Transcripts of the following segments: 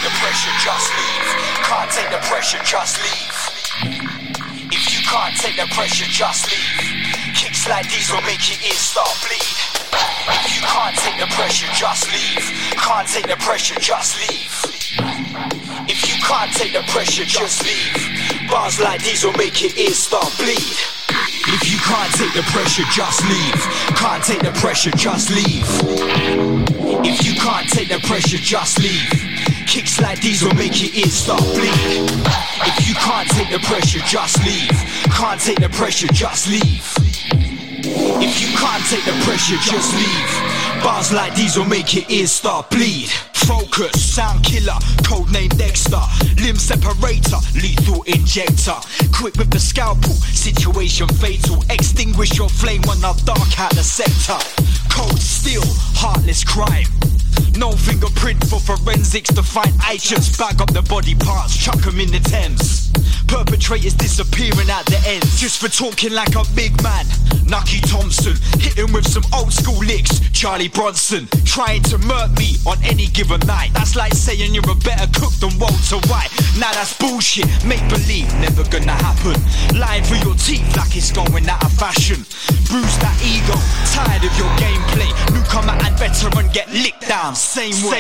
the pressure, just leave. Can't take the pressure, just leave. If you can't take the pressure, just leave. Kicks like these will make your ears start bleed. If you can't take the pressure, just leave. Can't take the pressure, just leave. If you can't take the pressure, just leave. Bars like these will make your ears start bleed. If you can't take the pressure, just leave. Can't take the pressure, just leave. If you can't take the pressure, just leave. Kicks like these will make your ears start bleed. If you can't take the pressure, just leave. Can't take the pressure, just leave. If you can't take the pressure, just leave. Bars like these will make your ears start bleed. Focus, sound killer, codename Dexter. Limb separator, lethal injector. Quick with the scalpel, situation fatal. Extinguish your flame when I dark out the sector. Cold steel, heartless crime. No fingerprint for forensics to find agents. Bag up the body parts, chuck them in the Thames. Perpetrators disappearing at the end. Just for talking like a big man. Nucky Thompson, hitting with some old school licks. Charlie Bronson, trying to murk me on any given night. That's like saying you're a better cook than Walter White. Now that's bullshit, make believe, never gonna happen. Lying through your teeth like it's going out of fashion. Bruise that ego, tired of your gameplay. Newcomer and veteran get licked down, same way.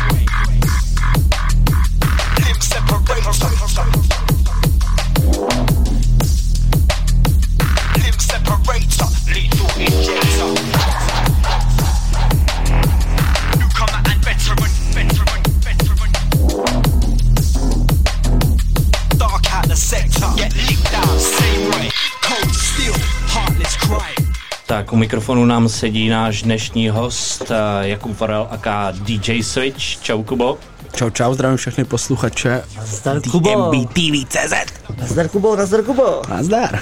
Limb separator. Limb separator, lethal injector. Newcomer and veteran. Dark out the sector, get licked down, same way. Cold steel, heartless crime. Tak, u mikrofonu nám sedí náš dnešní host Jakub Farel aka DJ Switch. Čau, Kubo. Čau, zdravím všechny posluchače. Nazdar, Kubo. DMB TV.cz. Nazdar, Kubo. Nazdar.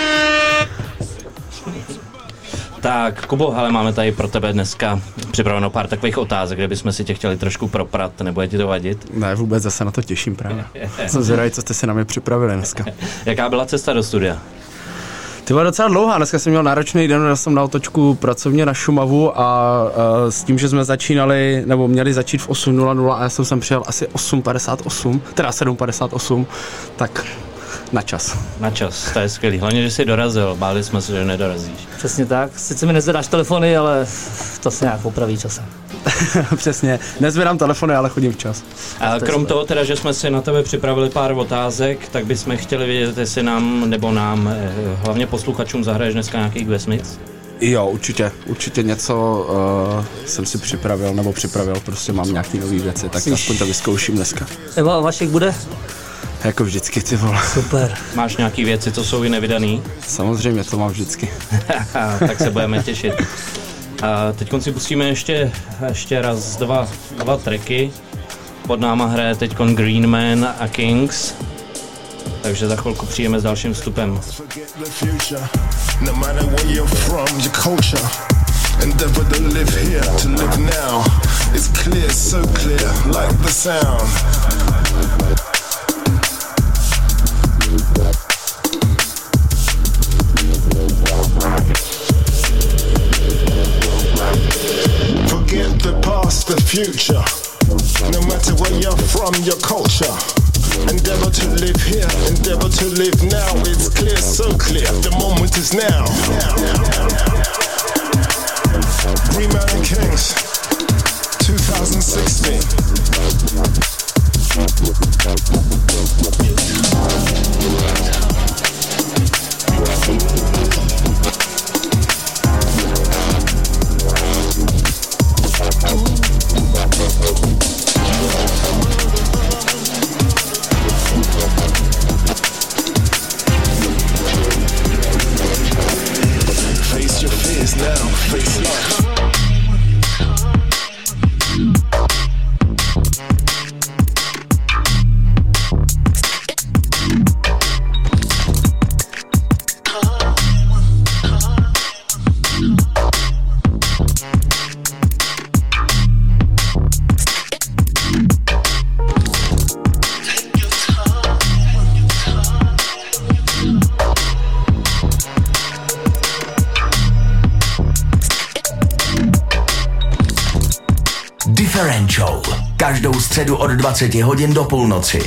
Tak, Kubo, hele, máme tady pro tebe dneska připraveno pár takových otázek, kde bychom si tě chtěli trošku proprat, nebude ti to vadit? Ne, vůbec, zase na to těším právě. Jsem zvědavý, co jste si na mě připravili dneska. Jaká byla cesta do studia? Ty byla docela dlouhá, dneska jsem měl náročný den, já jsem na otočku pracovně na Šumavu a s tím, že jsme začínali, nebo měli začít v 8:00 a já jsem sem přijel asi 8:58, teda 7:58, tak na čas. Na čas, to je skvělý. Hlavně, že jsi dorazil, báli jsme se, že nedorazíš. Přesně tak, sice mi nezvedáš telefony, ale to se nějak popraví časem. Přesně, nezvedám telefony, ale chodím včas. A krom toho teda, že jsme si na tebe připravili pár otázek, tak bychom chtěli vědět, jestli nám, nebo nám, hlavně posluchačům, zahraješ dneska nějaký guestmix? Jo, určitě něco jsem si připravil, prostě mám nějaký nový věci, tak aspoň to vyzkouším dneska. Eva Vašek bude? Jako vždycky, ty vole. Super. Máš nějaký věci, co jsou i nevydaný? Samozřejmě, to mám vždycky. Tak se budeme těšit. A teď si pustíme ještě raz dva tracky. Pod náma hraje teď Green Man a Kings. Takže za chvilku přijdeme s dalším vstupem. Endeavor to live here, to live now. It's clear, so clear, like the sound. Forget the past, the future. No matter where you're from, your culture. Endeavor to live here, endeavor to live now. It's clear, so clear, the moment is now. Green Man and Kings, 2016. Face your fears now, face life. Differential. Každou středu od 20 hodin do půlnoci.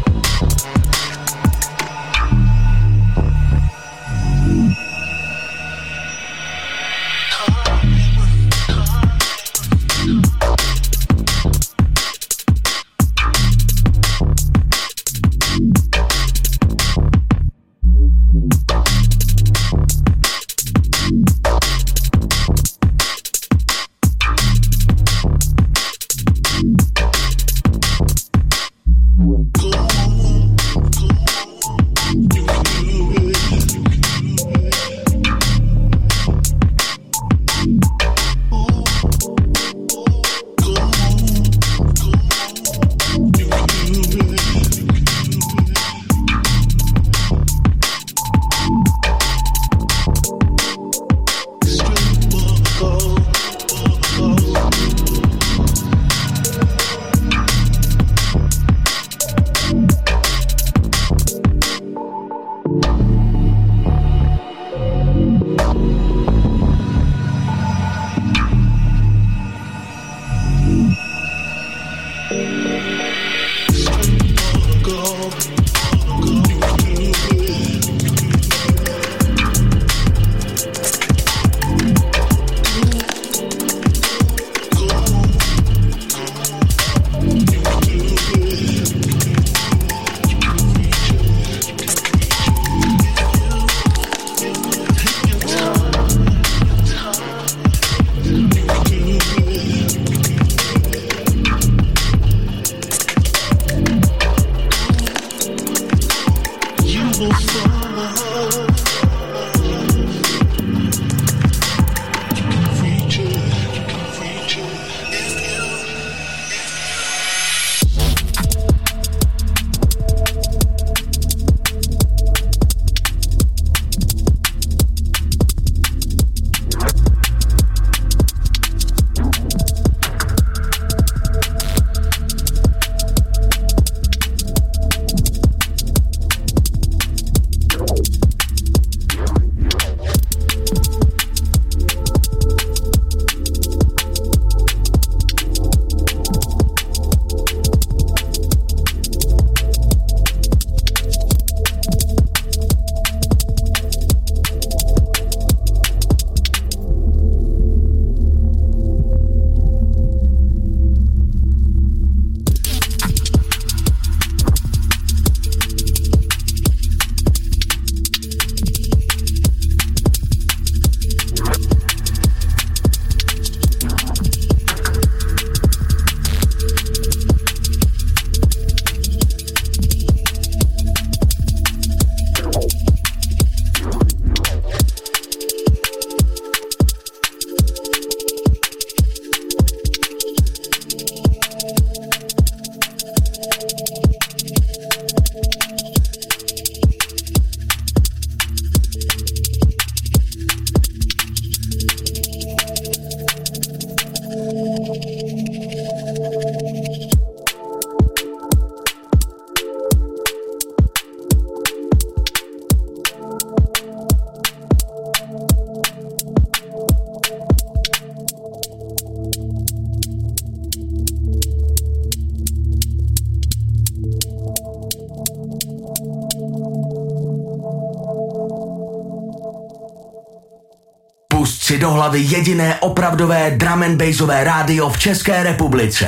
si do hlavy jediné opravdové drum and bassové rádio v České republice.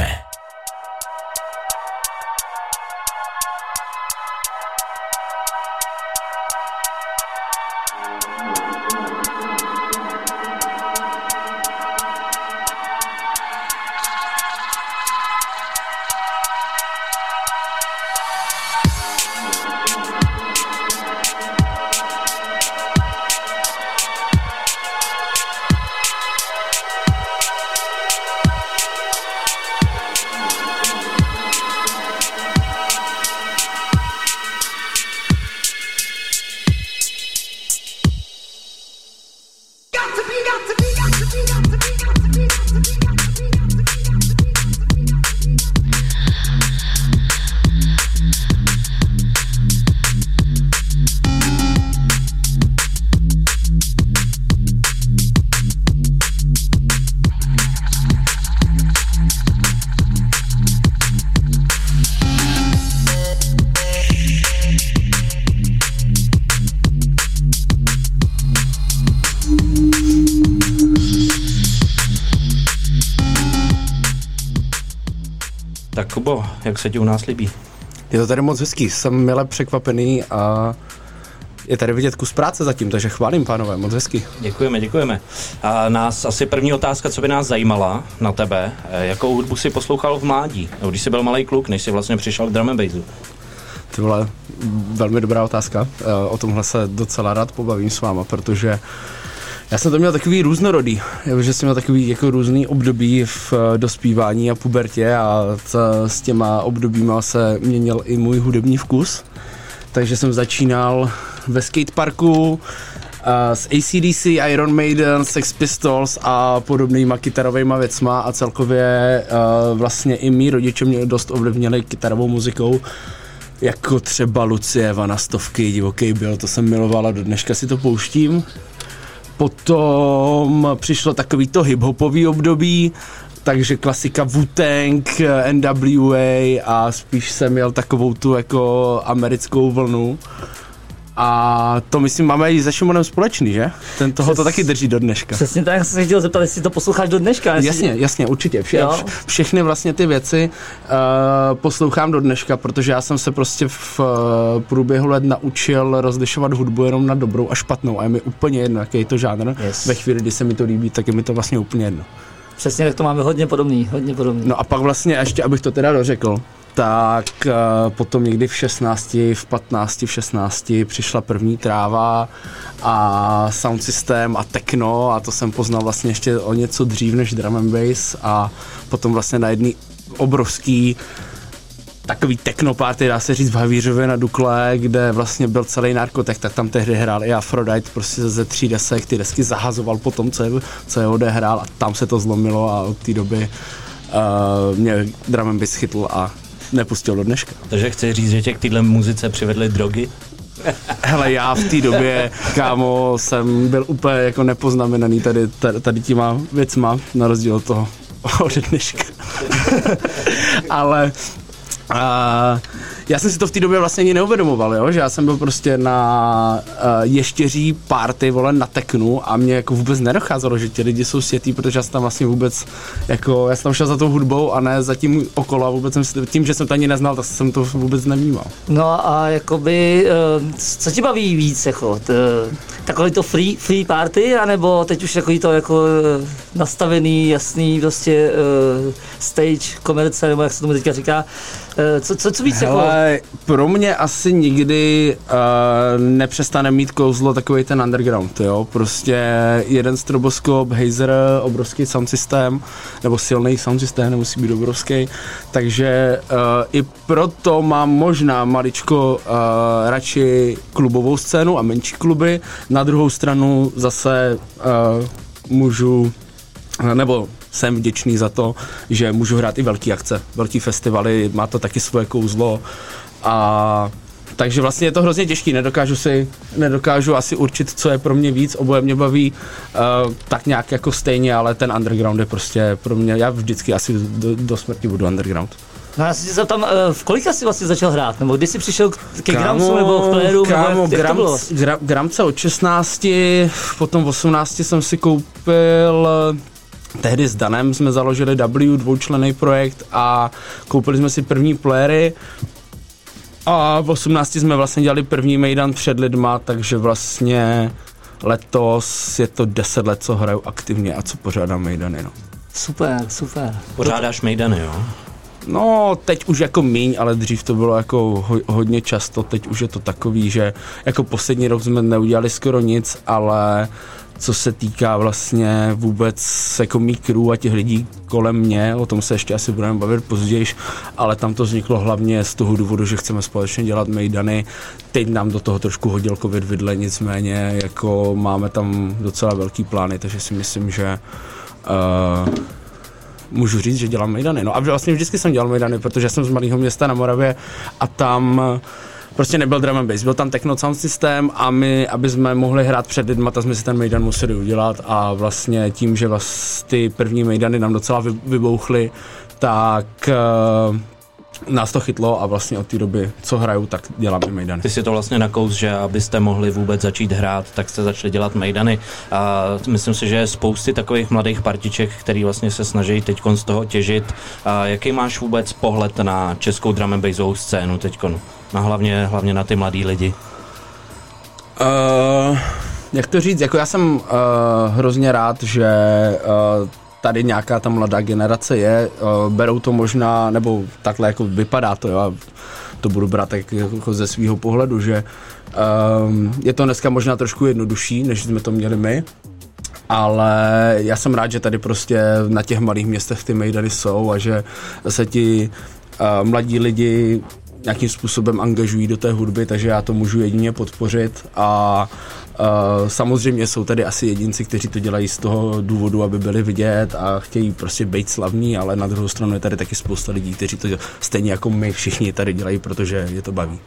Tak Kubo, jak se ti u nás líbí? Je to tady moc hezký, jsem mile překvapený a je tady vidět kus práce zatím, takže chválím, pánové, moc hezký. Děkujeme. A nás asi první otázka, co by nás zajímala na tebe, jakou hudbu si poslouchal v mládí, nebo když jsi byl malý kluk, než jsi vlastně přišel k drum and bassu? Ty vole, velmi dobrá otázka, o tomhle se docela rád pobavím s váma, protože já jsem to měl takový různorodý, že jsem měl takový jako různý období v dospívání a pubertě a s těma obdobíma se měnil i můj hudební vkus. Takže jsem začínal ve skateparku s AC/DC, Iron Maiden, Sex Pistols a podobnýma kytarovými věcma a celkově vlastně i mý rodiče mě dost ovlivnili kytarovou muzikou, jako třeba Lucie Evana, Stovky, Divoký Bill, to jsem miloval a do dneška si to pouštím. Potom přišlo takový to hip-hopový období, takže klasika Wu-Tang, NWA a spíš jsem měl takovou tu jako americkou vlnu. A to myslím máme i se Šimonem společný, že? Ten toho to taky drží do dneška. Přesně tak, jsem se chtěl zeptat, jestli to posloucháš do dneška. Jasně, určitě. Všechny vlastně ty věci poslouchám do dneška, protože já jsem se prostě v průběhu let naučil rozlišovat hudbu jenom na dobrou a špatnou a je mi úplně jedno, jaký je to žánr. Yes. Ve chvíli, kdy se mi to líbí, tak je mi to vlastně úplně jedno. Přesně, tak to máme hodně podobný. No a pak vlastně ještě, abych to teda dořekl, tak potom někdy v 15, v 16 přišla první tráva a sound system a techno a to jsem poznal vlastně ještě o něco dřív než drum and bass a potom vlastně na jedný obrovský takový techno party, dá se říct v Havířově na Dukle, kde vlastně byl celý narkotek, tak tam tehdy hrál i Aphrodite prostě ze 3 desek, ty desky zahazoval po tom, co je odehrál a tam se to zlomilo a od té doby mě drum and bass chytl a nepustil do dneška. Takže chci říct, že tě k téhle muzice přivedly drogy? Hele, já v té době, kámo, jsem byl úplně jako nepoznamenaný tady těma věcma, na rozdíl od toho ode dneška. Ale já jsem si to v té době vlastně ani neuvědomoval, jo? Že já jsem byl prostě na ještěří party, vole, na teknu a mě jako vůbec nedocházelo, že ti lidi jsou světí, protože já jsem tam vlastně vůbec, jako, já jsem tam šel za tou hudbou a ne za tím okolo a vůbec tím, že jsem to ani neznal, tak jsem to vůbec nevnímal. No a jakoby, co ti baví víc, jako, takový to free party, anebo teď už takový to jako nastavený, jasný, prostě stage, komerce, nebo jak se tomu teďka říká, co víc jako? Hele, pro mě asi nikdy nepřestane mít kouzlo takový ten underground, jo, prostě jeden stroboskop, Hazer, obrovský sound systém, nebo silný sound systém, nemusí být obrovský, takže i proto mám možná maličko radši klubovou scénu a menší kluby, na druhou stranu zase můžu, nebo jsem vděčný za to, že můžu hrát i velký akce, velký festivaly, má to taky svoje kouzlo a takže vlastně je to hrozně těžký, nedokážu asi určit, co je pro mě víc, oboje mě baví tak nějak jako stejně, ale ten underground je prostě pro mě, já vždycky asi do smrti budu underground. No já si zeptám, v kolika jsi vlastně začal hrát, nebo kdy jsi přišel ke Gramcu nebo k Playeru, nebo jak to bylo? Gramce od 16, potom v 18 jsem si koupil. Tehdy s Danem jsme založili dvoučlenný projekt a koupili jsme si první playery a v 18 jsme vlastně dělali první mejdan před lidma, takže vlastně letos je to 10 let, co hraju aktivně a co pořádám mejdany, no. Super. Pořádáš mejdany, jo? No, teď už jako míň, ale dřív to bylo jako hodně často, teď už je to takový, že jako poslední rok jsme neudělali skoro nic, ale co se týká vlastně vůbec jako mý crew a těch lidí kolem mě, o tom se ještě asi budeme bavit později, ale tam to vzniklo hlavně z toho důvodu, že chceme společně dělat mejdany. Teď nám do toho trošku hodil covid vidle, nicméně jako máme tam docela velký plány, takže si myslím, že můžu říct, že dělám mejdany. No a vlastně vždycky jsem dělal mejdany, protože jsem z malého města na Moravě a tam prostě nebyl drum and bass, byl tam techno sound systém a my, aby jsme mohli hrát před lidma, tak jsme si ten mejdan museli udělat a vlastně tím, že ty první mejdany nám docela vybouchly, tak nás to chytlo a vlastně od té doby, co hraju, tak dělám i mejdany. Ty si to vlastně nakous, že abyste mohli vůbec začít hrát, tak jste začali dělat mejdany. A myslím si, že je spousty takových mladých partiček, který vlastně se snaží teďkon z toho těžit. A jaký máš vůbec pohled na českou drum and bassovou scénu teďkon? Hlavně na ty mladý lidi. Jak to říct, jako já jsem hrozně rád, že tady nějaká ta mladá generace je, berou to možná, nebo takhle jako vypadá to, jo, to budu brát tak jako ze svýho pohledu, že je to dneska možná trošku jednodušší, než jsme to měli my, ale já jsem rád, že tady prostě na těch malých městech ty mejdany jsou a že se ti mladí lidi nějakým způsobem angažují do té hudby, takže já to můžu jedině podpořit a samozřejmě jsou tady asi jedinci, kteří to dělají z toho důvodu, aby byli vidět a chtějí prostě být slavní, ale na druhou stranu je tady taky spousta lidí, kteří to stejně jako my všichni tady dělají, protože je to baví.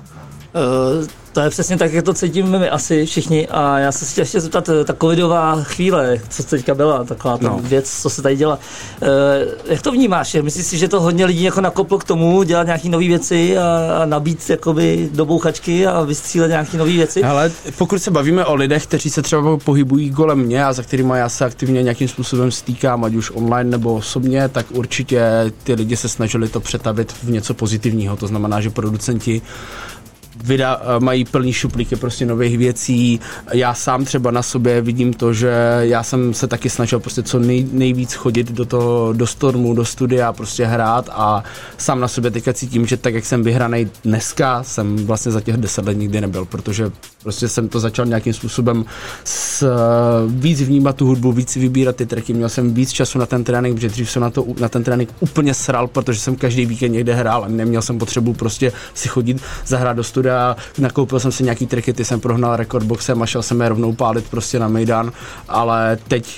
To je přesně tak, jak to cítíme my asi všichni a já se chtěl ještě zeptat, ta covidová chvíle, co teďka byla, taková ta věc, co se tady dělá. Jak to vnímáš? Myslíš si, že to hodně lidí jako nakoplo k tomu, dělat nějaké nové věci a nabít jakoby do bouchačky a vystřílet nějaké nové věci? Ale pokud se bavíme o lidech, kteří se třeba pohybují kolem mě a za kterými já se aktivně nějakým způsobem stýkám, ať už online nebo osobně, tak určitě ty lidi se snažili to přetavit v něco pozitivního. To znamená, že producenti mají plný šuplíky prostě nových věcí. Já sám třeba na sobě vidím to, že já jsem se taky snažil prostě co nejvíc chodit do Stormu, do studia, prostě hrát a sám na sobě teďka cítím, že tak, jak jsem vyhranej dneska, jsem vlastně za těch 10 let nikdy nebyl, protože prostě jsem to začal nějakým způsobem víc vnímat tu hudbu, víc vybírat ty tracky, měl jsem víc času na ten trénink, protože dřív jsem na ten trénink úplně sral, protože jsem každý víkend někde hrál a neměl jsem potřebu prostě si chodit zahrát do studia. Nakoupil jsem si nějaký triky, ty jsem prohnal rekordboxem a šel jsem je rovnou pálit prostě na mejdan, ale teď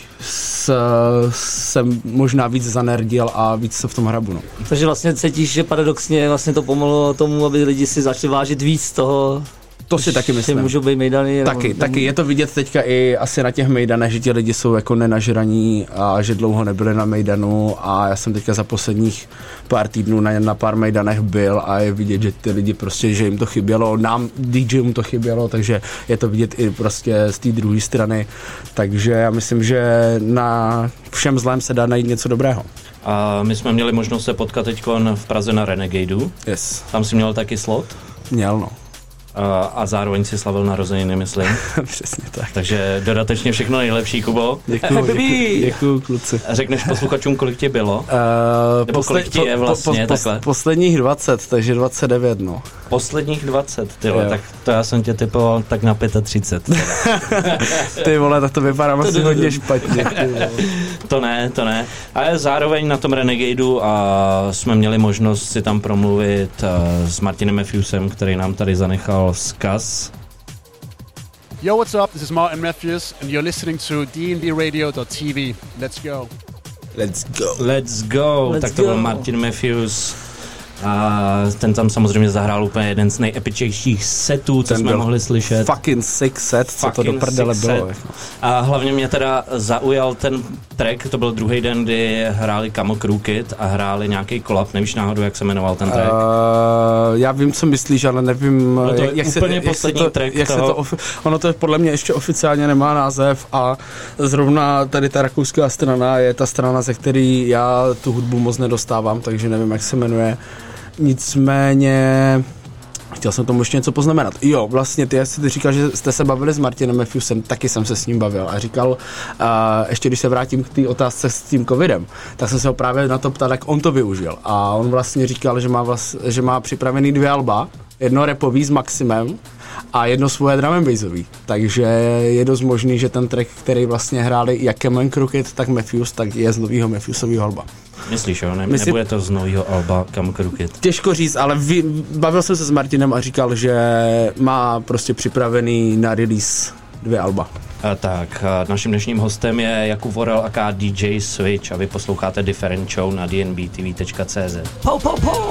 jsem možná víc zanerdil a víc se v tom hrabu. No. Takže vlastně cítíš, že paradoxně vlastně to pomohlo tomu, aby lidi si začali vážit víc toho. To si taky myslím. Můžou být mejdany. Taky je to vidět teďka i asi na těch mejdanech, že ti lidi jsou jako nenažraní a že dlouho nebyli na mejdanu a já jsem teďka za posledních pár týdnů na pár mejdanech byl a je vidět, že ty lidi prostě, že jim to chybělo, nám DJům to chybělo, takže je to vidět i prostě z té druhé strany, takže já myslím, že na všem zlém se dá najít něco dobrého. A my jsme měli možnost se potkat teďkon v Praze na Renegadeu. Yes. Tam jsi měl taky slot? Měl, no. A zároveň si slavil narozeniny, myslím. Přesně tak. Takže dodatečně všechno nejlepší, Kubo. Děkuju, kluci. Řekneš posluchačům, kolik ti bylo? Nebo kolik ti je vlastně takhle? Posledních 20, takže 29, no. Posledních 20, tyhle, tak to já jsem tě typoval tak na 35. Ty vole, tak to vypadá asi hodně špatně. To ne. Ale zároveň na tom Renegadeu jsme měli možnost si tam promluvit s Martinem Matthewsem, který nám tady zanechal vzkaz. Yo, what's up? This is Martin Matthews and you're listening to dnbradio.tv. Let's go. Tak to byl Martin Matthews. A ten tam samozřejmě zahrál úplně jeden z nejepičtějších setů, co jsme mohli slyšet. Fucking sick set, co to do prdele bylo. A hlavně mě teda zaujal ten track, to byl druhý den, kdy hráli Camo Crew Kid a hráli nějaký kolab, nevíš náhodou, jak se jmenoval ten track? Já vím, co myslíš, ale nevím, no to jak úplně poslední track ono to podle mě ještě oficiálně nemá název a zrovna tady ta rakouská strana je ta strana, ze který já tu hudbu moc nedostávám, takže nevím, jak se jmenuje. Nicméně chtěl jsem tomu ještě něco poznamenat. Jo, vlastně ty říkal, že jste se bavili s Martinem Matthewsem, taky jsem se s ním bavil a říkal, ještě když se vrátím k té otázce s tím covidem, tak jsem se ho právě na to ptal, jak on to využil. A on vlastně říkal, že má připravený 2 alba, jedno rapový s Maximem a jedno svoje drum and bassový. Takže je dost možný, že ten track, který vlastně hráli jak Camo Crew Kid, tak Matthews, tak je z nového Matthewsového alba. Myslíš, jo? Nebude to z nového alba Camo Crew Kid? Těžko říct, ale bavil jsem se s Martinem a říkal, že má prostě připravený na release 2 alba. Tak, naším dnešním hostem je Jakub Vorel aka DJ Switch a vy posloucháte Different Show na dnbtv.cz. Pou, pou, pou.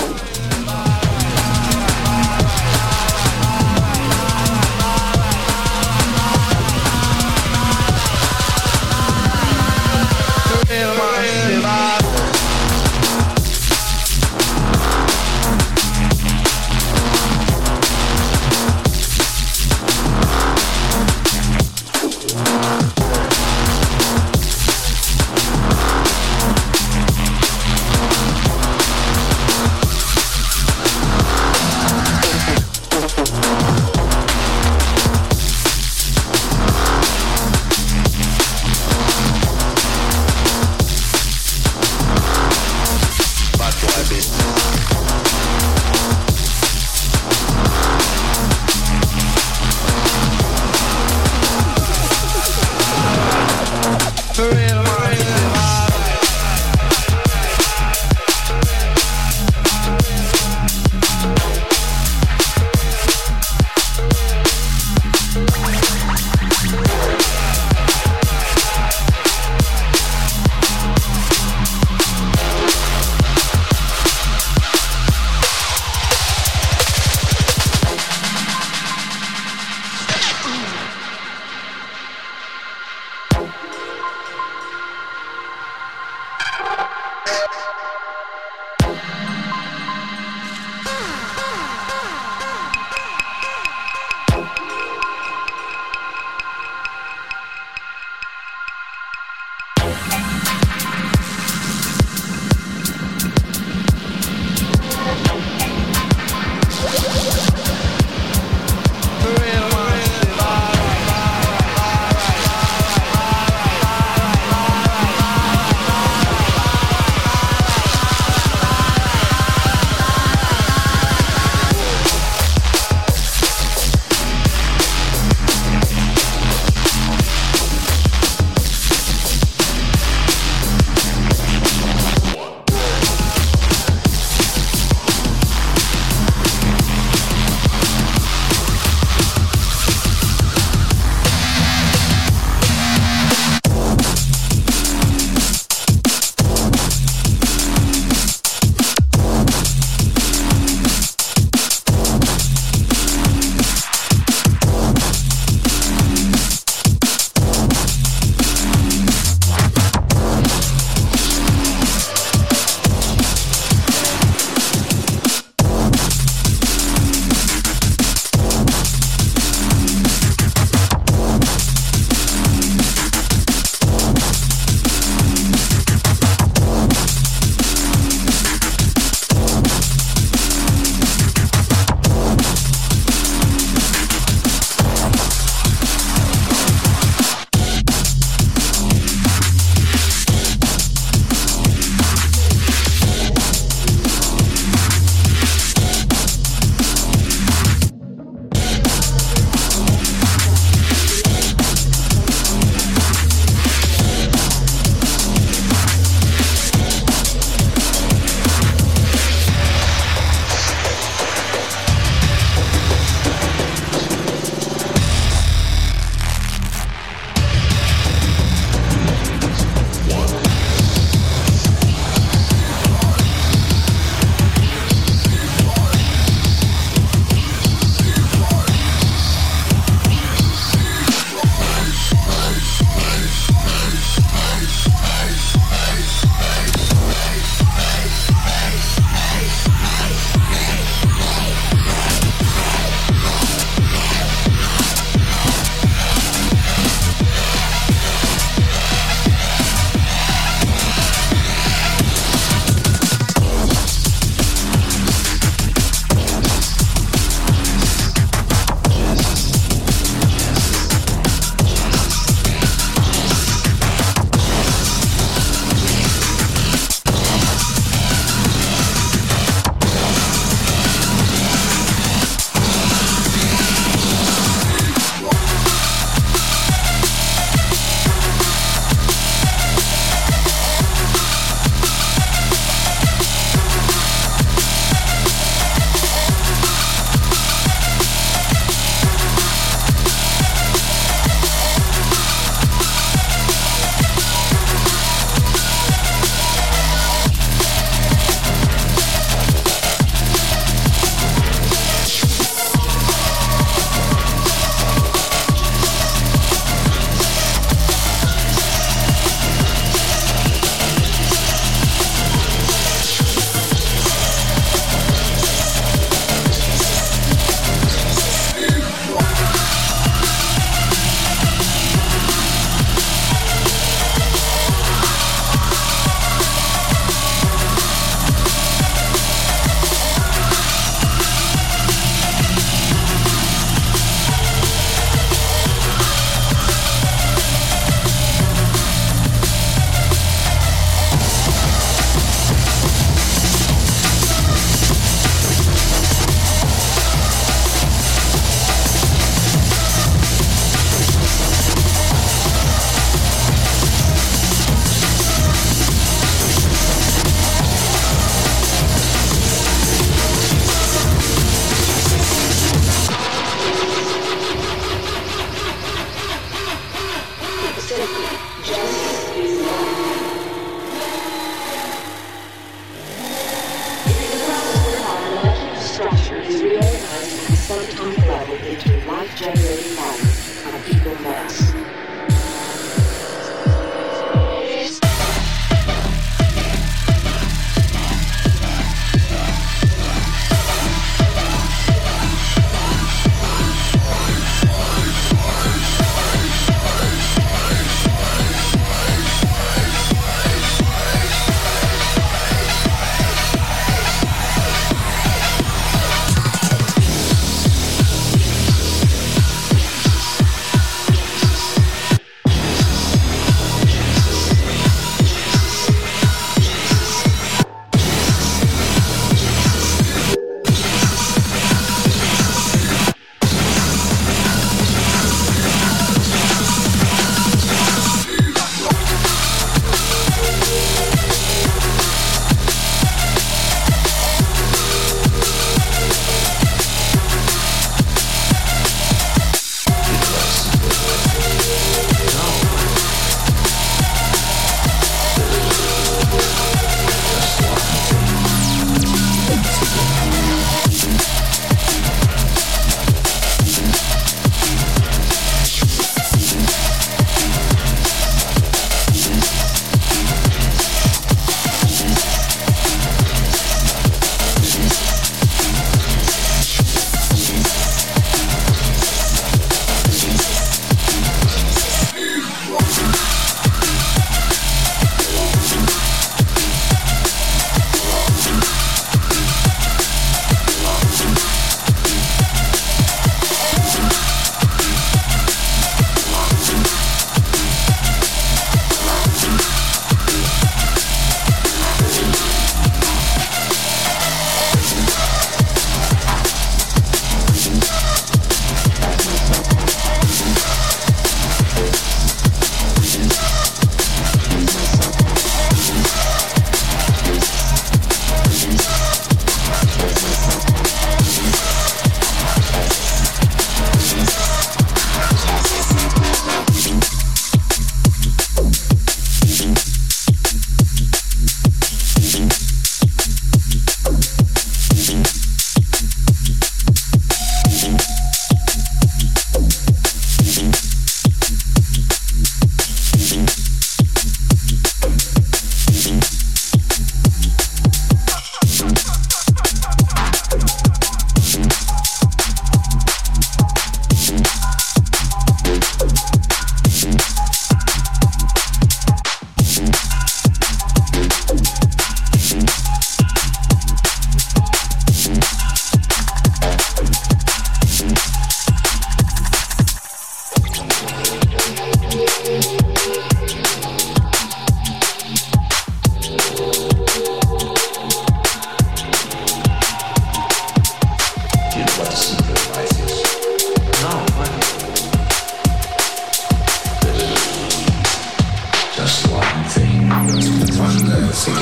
subatomic level into life-generating matter on equal mass.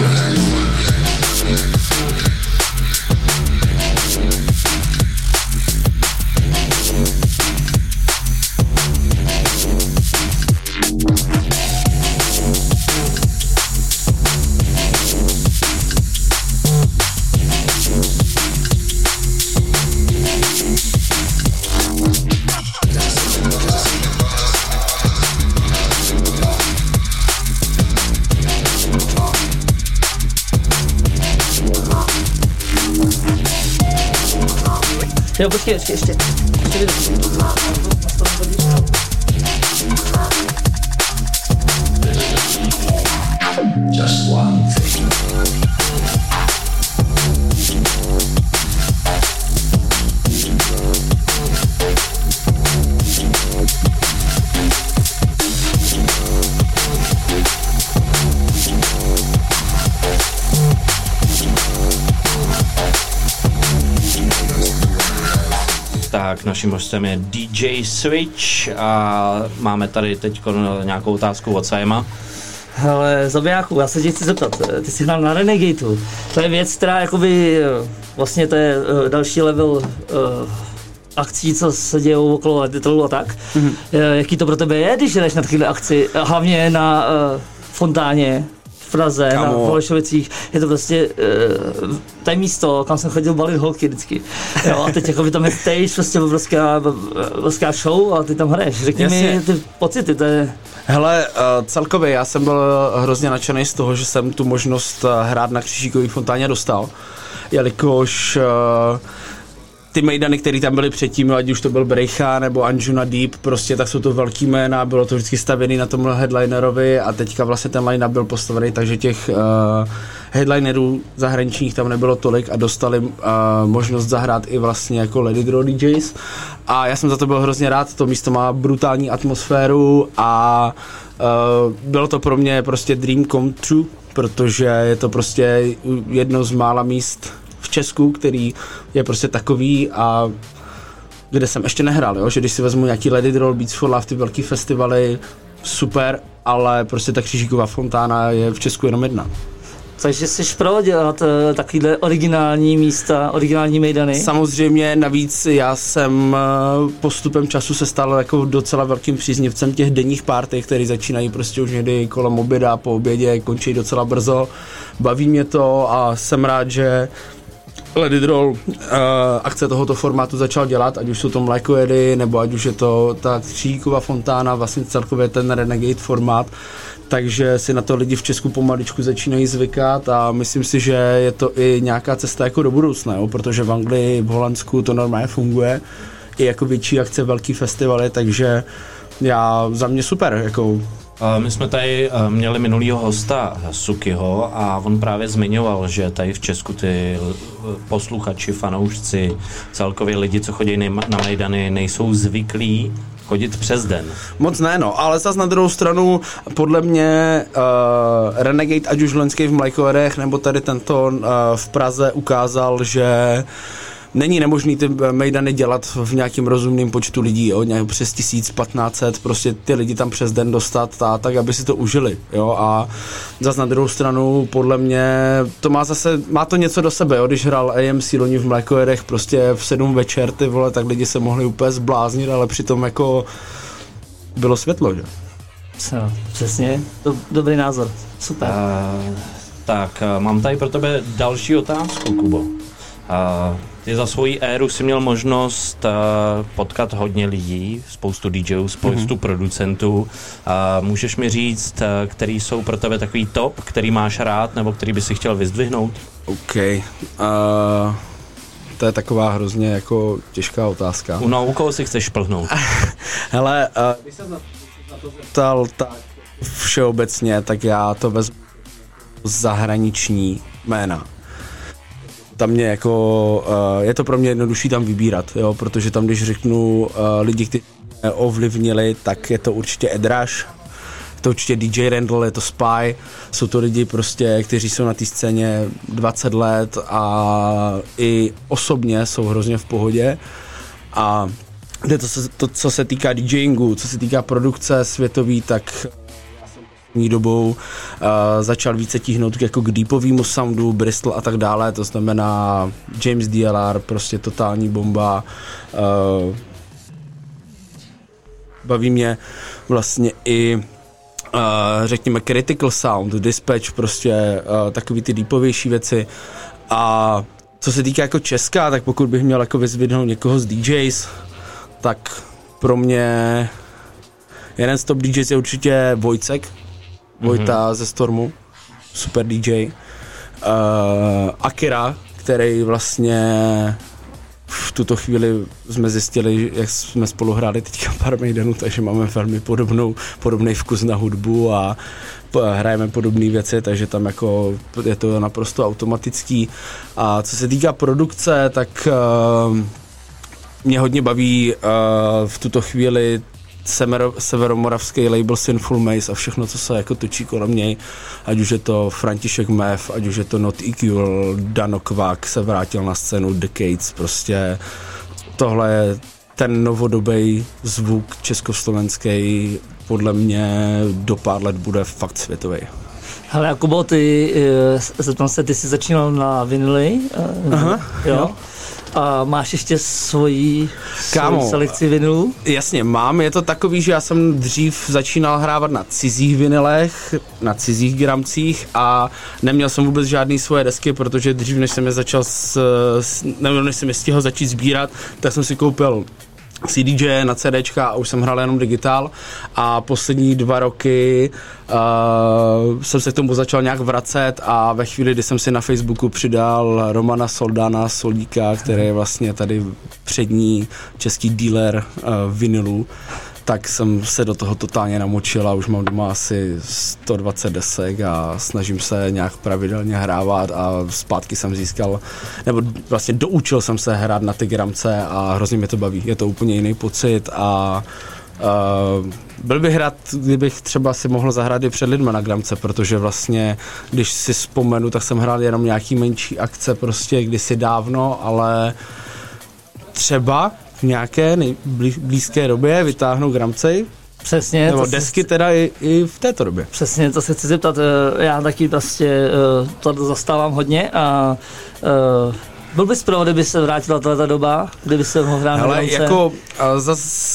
Jo, počkej, ještě. Just one thing. Tak, naším hostem je DJ Switch a máme tady teď nějakou otázku od Sajma. Ale zabijáku, já se tě chci zeptat, ty jsi hrál na Renegateu, to je věc, která jakoby, vlastně to je další level akcí, co se dějou okolo Leditrolu a tak. Mm-hmm. Jaký to pro tebe je, když jdeš na takovéhle akci, hlavně na Fontáně v Praze, na Holešovicích, je to prostě to je místo, kam jsem chodil balit holky vždycky. Jo, a teď jakoby tam je stage, prostě obrovská show a ty tam hraješ. Řekni mi ty pocity, to je... Hele, celkově já jsem byl hrozně nadšený z toho, že jsem tu možnost hrát na Křižíkové fontáně dostal, jelikož ty mejdany, které tam byly předtím, ať už to byl Breicha nebo Anjuna Deep, prostě tak jsou to velký jména, bylo to vždycky stavěný na tomhle headlinerovi a teďka vlastně ten line-up byl postavený, takže těch headlinerů zahraničních tam nebylo tolik a dostali možnost zahrát i vlastně jako Leditrol DJs a já jsem za to byl hrozně rád, to místo má brutální atmosféru a bylo to pro mě prostě dream come true, protože je to prostě jedno z mála míst v Česku, který je prostě takový a kde jsem ještě nehrál, jo? Že když si vezmu nějaký Leditrol, Beats for Love, ty velký festivaly, super, ale prostě ta Křižíková fontána je v Česku jenom jedna. Takže jsi prodělat takovýhle originální místa, originální mejdany? Samozřejmě, navíc já jsem postupem času se stal jako docela velkým příznivcem těch denních party, které začínají prostě už někdy kolem oběda, po obědě, končí docela brzo. Baví mě to a jsem rád, že Leditrol akce tohoto formátu začal dělat, ať už jsou to mlékojedy, nebo ať už je to ta Křižíková fontána, vlastně celkově ten Renegade formát, takže si na to lidi v Česku pomaličku začínají zvykat a myslím si, že je to i nějaká cesta jako do budoucna, jo? Protože v Anglii, v Holandsku to normálně funguje, i jako větší akce, velký festivaly, takže za mě super, jako. My jsme tady měli minulýho hosta Sukiho a on právě zmiňoval, že tady v Česku ty posluchači, fanoušci, celkově lidi, co chodí na mejdany, nejsou zvyklí chodit přes den. Moc ne, no, ale zase na druhou stranu, podle mě Renegade, ať už loňský v Mlékojedech, nebo tady tento v Praze ukázal, že není nemožný ty mejdany dělat v nějakým rozumným počtu lidí, jo, nějak přes 1500, prostě ty lidi tam přes den dostat tak, aby si to užili, jo, a zase na druhou stranu, podle mě, to má to něco do sebe, jo, když hrál AMC loni v Mlékojedech, prostě v 7 večer, ty vole, tak lidi se mohli úplně zbláznit, ale přitom jako bylo světlo, že? Přesně, dobrý názor, super. Tak, mám tady pro tebe další otázku, Kubo. Ty za svoji éru si měl možnost potkat hodně lidí, spoustu DJů, spoustu producentů. Můžeš mi říct, který jsou pro tebe takový top, který máš rád, nebo který by si chtěl vyzdvihnout? OK. To je taková hrozně jako těžká otázka. U koho si chceš šplhnout? Hele, když jsem na to zeptal tak všeobecně, tak já to vezmu zahraniční jména. Tam mě jako, je to pro mě jednodušší tam vybírat, jo, protože tam, když řeknu lidi, kteří ovlivnili, tak je to určitě Ed Rush, je to určitě DJ Randall, je to Spy, jsou to lidi prostě, kteří jsou na té scéně 20 let a i osobně jsou hrozně v pohodě a to, co se týká DJingu, co se týká produkce světový, tak já jsem dobou začal více tíhnout jako k deepovému soundu, Bristol a tak dále, to znamená James DLR, prostě totální bomba. Baví mě vlastně i řekněme Critical Sound, Dispatch, prostě takový ty deepovější věci. A co se týká jako Česka, tak pokud bych měl jako vyzvednout někoho z DJs, tak pro mě jeden z top DJs je určitě Vojcek, Vojta ze Stormu, super DJ. Akira, který vlastně v tuto chvíli jsme zjistili, jak jsme spolu hráli teďka pár mejdanů, takže máme velmi podobný vkus na hudbu a hrajeme podobné věci, takže tam jako je to naprosto automatický. A co se týká produkce, tak mě hodně baví v tuto chvíli severomoravský label Sinful Maze a všechno, co se jako točí kolem něj, ať už je to František Mev, ať už je to Not Equal, Dano Kvak se vrátil na scénu, Decades, prostě tohle je ten novodobý zvuk československý, podle mě do pár let bude fakt světový. Hele, Jakubo, ty jsi začínal na vinily, jo? A máš ještě svoji selekci vinylů? Jasně, mám. Je to takový, že já jsem dřív začínal hrávat na cizích vinylech, na cizích gramcích a neměl jsem vůbec žádný svoje desky, protože dřív, než jsem je začal než jsem je stihl začít sbírat, tak jsem si koupil CDJ na CDčka a už jsem hrál jenom digitál a poslední 2 roky jsem se k tomu začal nějak vracet a ve chvíli, kdy jsem si na Facebooku přidal Romana Soldana Soldíka, který je vlastně tady přední český dealer vinylů, tak jsem se do toho totálně namočil a už mám doma asi 120 desek a snažím se nějak pravidelně hrávat a zpátky jsem získal, nebo vlastně doučil jsem se hrát na ty gramce a hrozně mě to baví. Je to úplně jiný pocit a byl bych rád, kdybych třeba si mohl zahrát i před lidma na gramce, protože vlastně, když si vzpomenu, tak jsem hrál jenom nějaký menší akce prostě kdysi dávno, ale třeba v nějaké blízké době vytáhnou gramcej. Přesně. Nebo desky teda i v této době. Přesně, to se chci zeptat. Já taky prostě to zastávám hodně a byl bys pro, kdyby se vrátila tato doba, kdyby se mohl hrát na gramce? Ale jako zas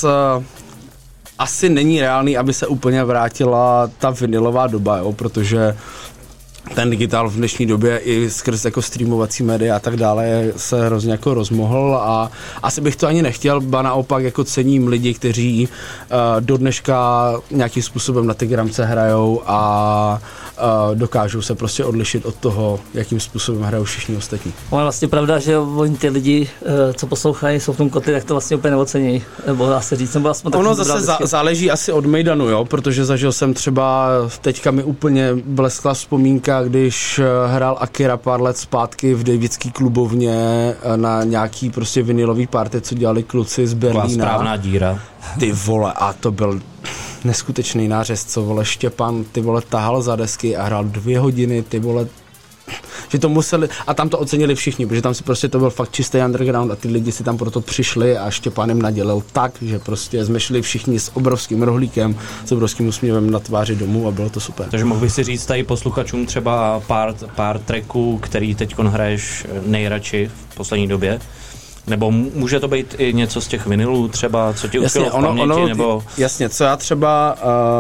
asi není reálný, aby se úplně vrátila ta vinylová doba, jo, protože ten digitál v dnešní době i skrz jako streamovací média a tak dále se hrozně jako rozmohl a asi bych to ani nechtěl, ba naopak jako cením lidi, kteří do dneška nějakým způsobem na ty gramce hrajou a dokážou se prostě odlišit od toho, jakým způsobem hrajou všichni ostatní. Ale vlastně pravda, že oni ty lidi, co poslouchají, jsou v tom koty, tak to vlastně úplně neocení, nebo dá se říct, nebo aspoň tak. Ono zase záleží asi od mejdanu, jo, protože zažil jsem třeba, teďka mi úplně bleskla vzpomínka, když hrál Akira pár let zpátky v Davidský klubovně na nějaký prostě vinylový party, co dělali kluci z Berlína. Správná díra. Ty vole, a to byl neskutečný nářez, co vole Štěpán, ty vole tahal za desky a hrál 2 hodiny, ty vole, že to museli, a tam to ocenili všichni, protože tam si prostě to byl fakt čistý underground a ty lidi si tam proto přišli a Štěpán jim nadělal tak, že prostě jsme šli všichni s obrovským rohlíkem, s obrovským úsměvem na tváři domů a bylo to super. Takže mohl bych si říct tady posluchačům třeba pár tracků, který teď hraješ nejradši v poslední době? Nebo může to být i něco z těch vinylů třeba, co ti utkvělo v paměti, nebo... Jasně, co já třeba...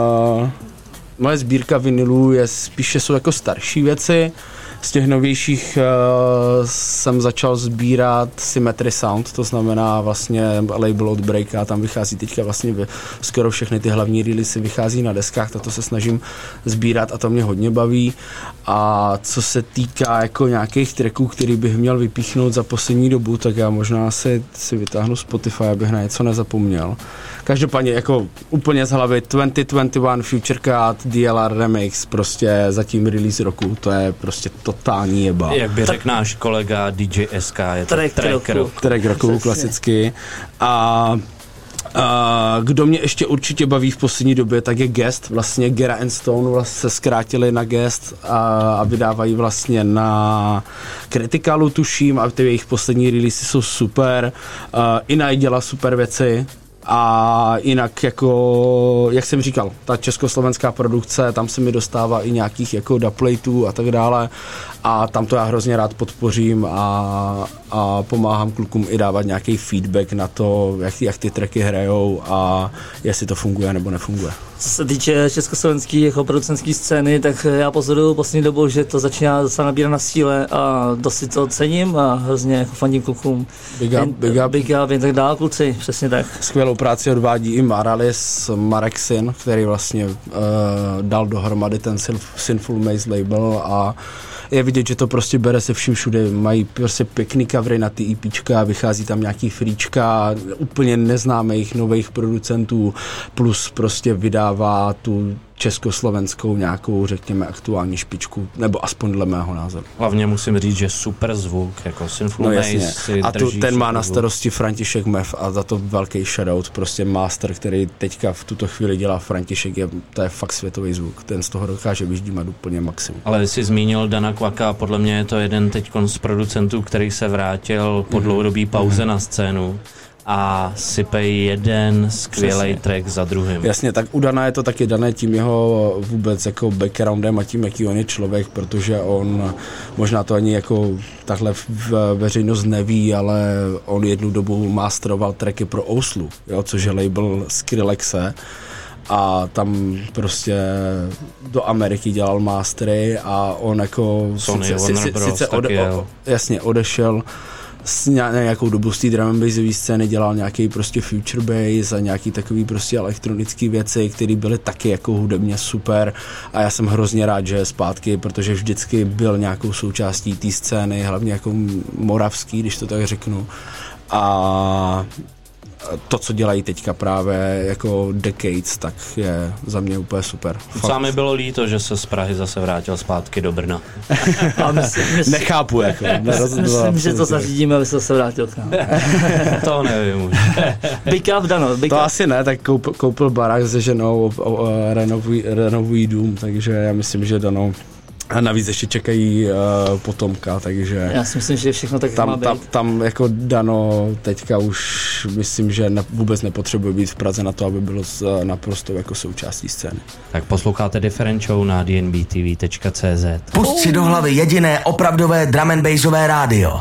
moje sbírka vinylů jsou jako starší věci. Z těch novějších jsem začal sbírat Symmetry Sound, to znamená vlastně label od Breaka, tam vychází teďka vlastně skoro všechny ty hlavní releasy vychází na deskách, tak to se snažím sbírat a to mě hodně baví. A co se týká jako nějakých tracků, který bych měl vypíchnout za poslední dobu, tak já možná si vytáhnu Spotify, abych na něco nezapomněl. Každopádně jako úplně z hlavy 2021 Future Cut, DLR Remix, prostě zatím release roku, to je prostě totální jeba. Jak by řekl náš kolega DJ SK, je to track roku klasicky. A kdo mě ještě určitě baví v poslední době, tak je Guest, vlastně Gera and Stone vlastně se zkrátili na Guest a vydávají vlastně na Criticalu, tuším, a ty jejich poslední releasy jsou super. Inaj dělá super věci A jinak jako, jak jsem říkal, ta československá produkce, tam se mi dostává i nějakých jako dubplateů a tak dále a tam to já hrozně rád podpořím a pomáhám klukům i dávat nějaký feedback na to, jak ty tracky hrajou a jestli to funguje nebo nefunguje. Co se týče československé jako producentské scény, tak já pozoruju poslední dobou, že to začíná docela nabírat na síle a dost si to cením a hrozně jako fandím klukům. Big up, jen tak dál, kluci, přesně tak. Skvělou práci odvádí i Maralis, Marexin, který vlastně dal dohromady ten Sinful Maze label a je vidět, že to prostě bere se vším všude, mají prostě pěkný covery na ty EPčka, vychází tam nějaký fríčka, úplně neznámých nových producentů, plus prostě vydává tu československou nějakou, řekněme, aktuální špičku, nebo aspoň dle mého názoru. Hlavně musím říct, že super zvuk, jako Sinful Maze si a drží ten má na zvuk. starosti František Mev a za to velký shoutout, prostě master, který teďka v tuto chvíli dělá František, to je fakt světový zvuk, ten z toho dokáže vyždímat úplně maximum. Ale jsi zmínil Dana Kvaka, podle mě je to jeden teďkon z producentů, který se vrátil po dlouhodobý pauze na scénu a sype jeden skvělej track za druhým. Jasně, tak u Dana je to taky dané tím jeho vůbec jako backgroundem a tím, jaký on je člověk, protože on možná to ani jako takhle veřejnost neví, ale on jednu dobu masteroval tracky pro Ouslu, jo, což je label Skrillexe. A tam prostě do Ameriky dělal mastery a on jako sice odešel s nějakou dobu z té drum and bassové scény, dělal nějaký prostě future bass a nějaký takový prostě elektronický věci, které byly taky jako hudebně super a já jsem hrozně rád, že je zpátky, protože vždycky byl nějakou součástí té scény, hlavně jako moravský, když to tak řeknu. A to, co dělají teďka právě jako Decades, tak je za mě úplně super. Co mi bylo líto, že se z Prahy zase vrátil zpátky do Brna. Nechápu, jako. Myslím, že to zařídíme, aby se vrátil k nám. To nevím už. Big up, Dano, big to up. asi ne, tak koupil barák se ženou, renovují dům, takže já myslím, že Dano. A navíc ještě čekají potomka, takže... Já si myslím, že všechno tak má být. Tam jako Dano teďka už myslím, že vůbec nepotřebuje být v Praze na to, aby bylo naprosto jako součástí scény. Tak posloucháte Different Show na dnbtv.cz. Pust si do hlavy jediné opravdové drum and bassové rádio.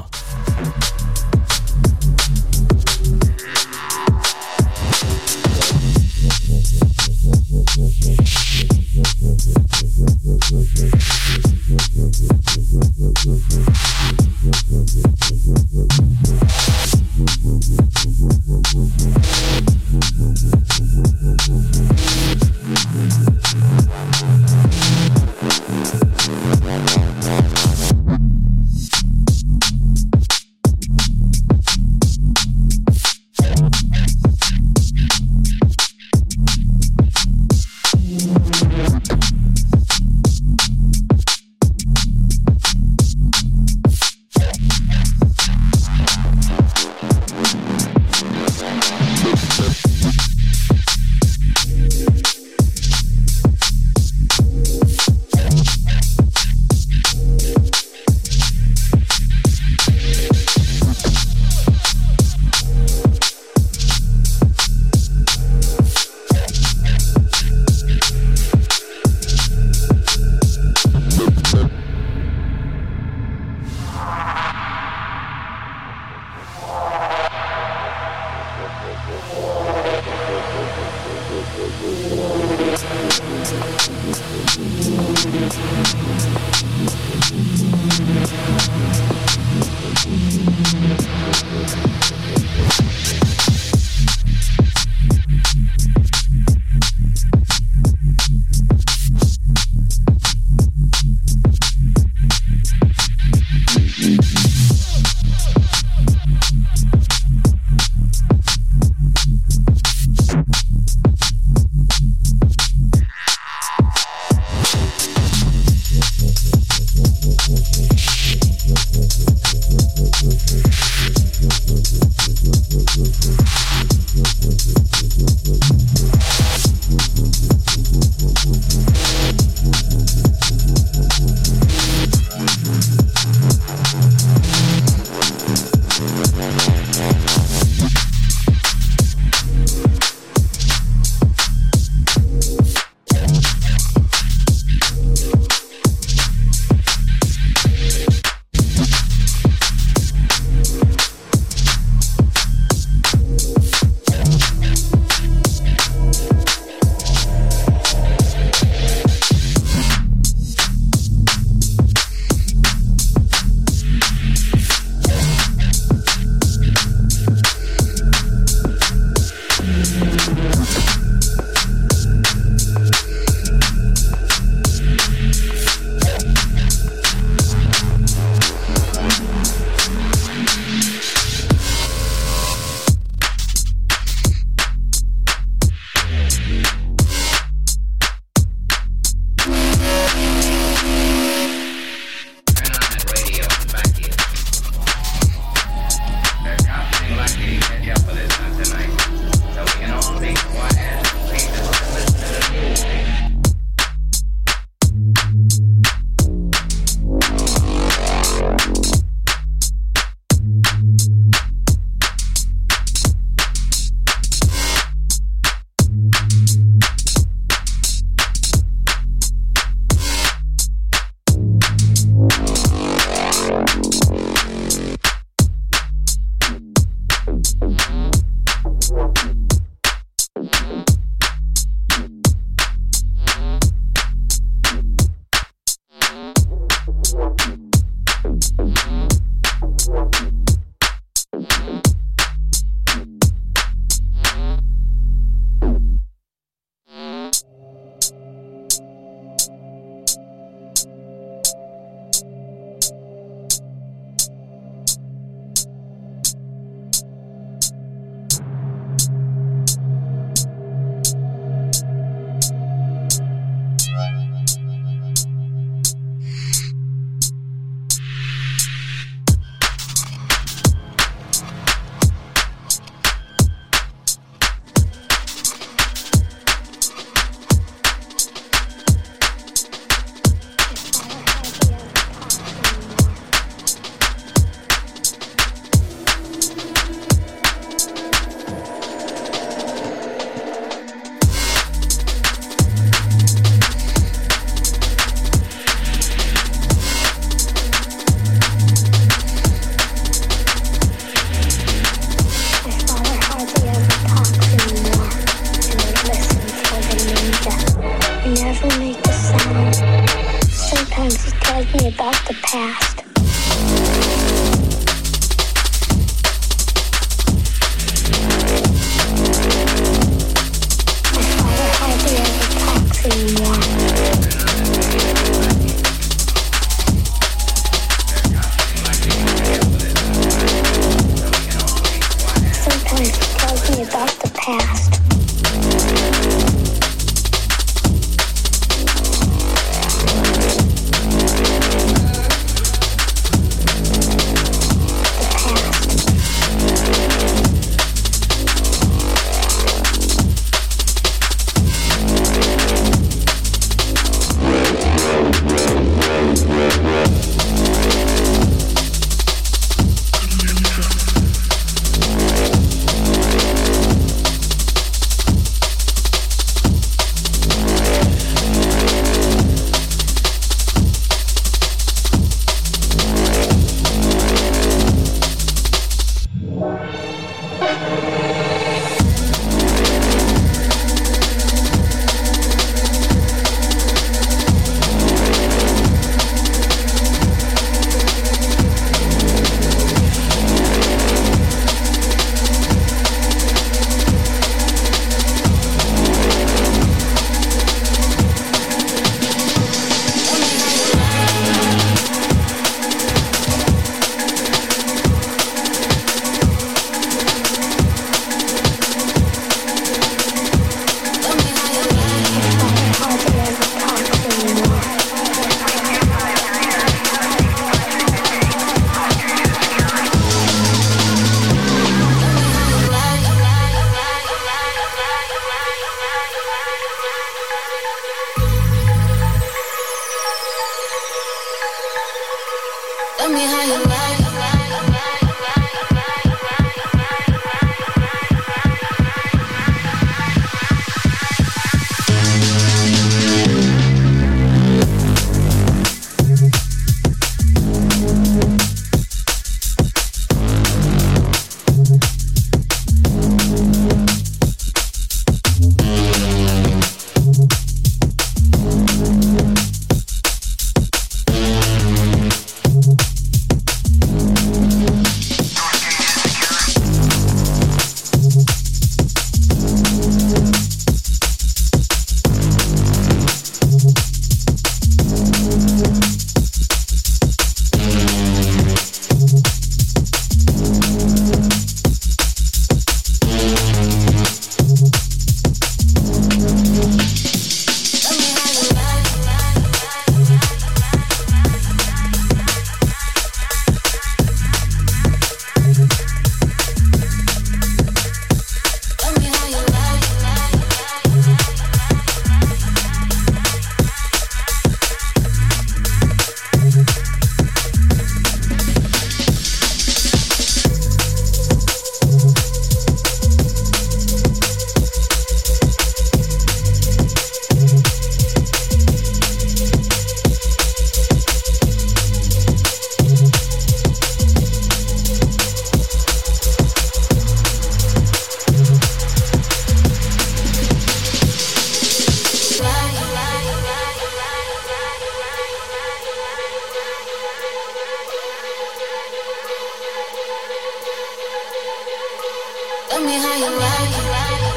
Tell me how you like it.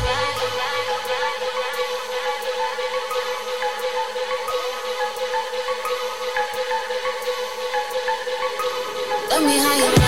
Tell me how you like it.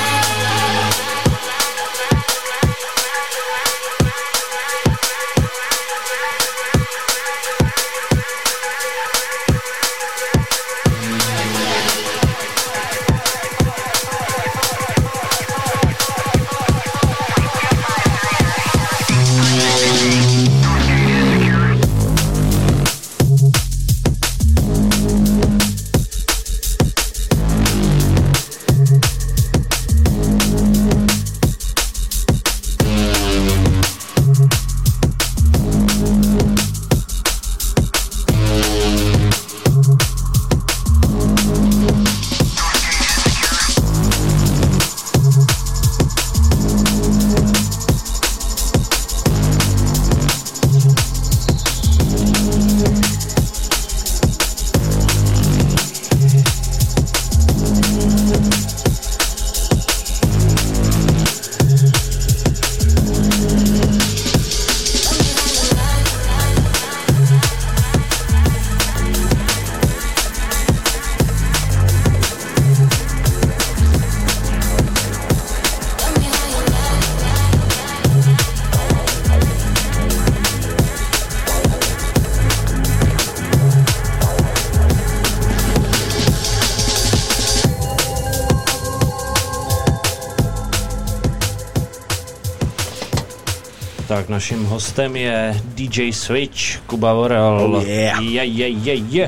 Tak naším hostem je DJ Switch, Kuba Vorel. Oh yeah. Yeah.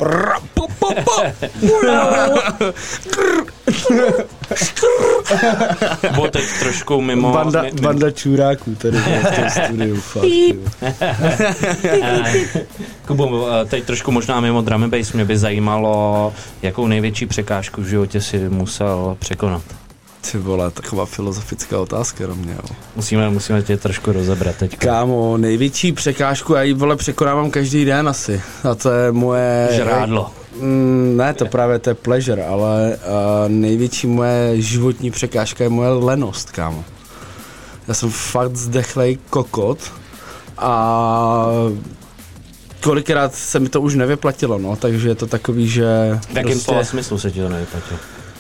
Bo teď trošku mimo... Banda čuráků tady v tom studiu. Kubo, teď trošku možná mimo drum and bass, mě by zajímalo, jakou největší překážku v životě si musel překonat. Ty vole, taková filozofická otázka na mě, jo. Musíme tě trošku rozebrat teď. Kámo, největší překážku, já ji vole překonávám každý den asi. A to je moje... Žrádlo. Ne, to právě to je pleasure, ale největší moje životní překážka je moje lenost, kámo. Já jsem fakt zdechlej kokot a kolikrát se mi to už nevyplatilo, no, takže je to takový, že... V jakém slova smyslu se ti to nevyplatilo?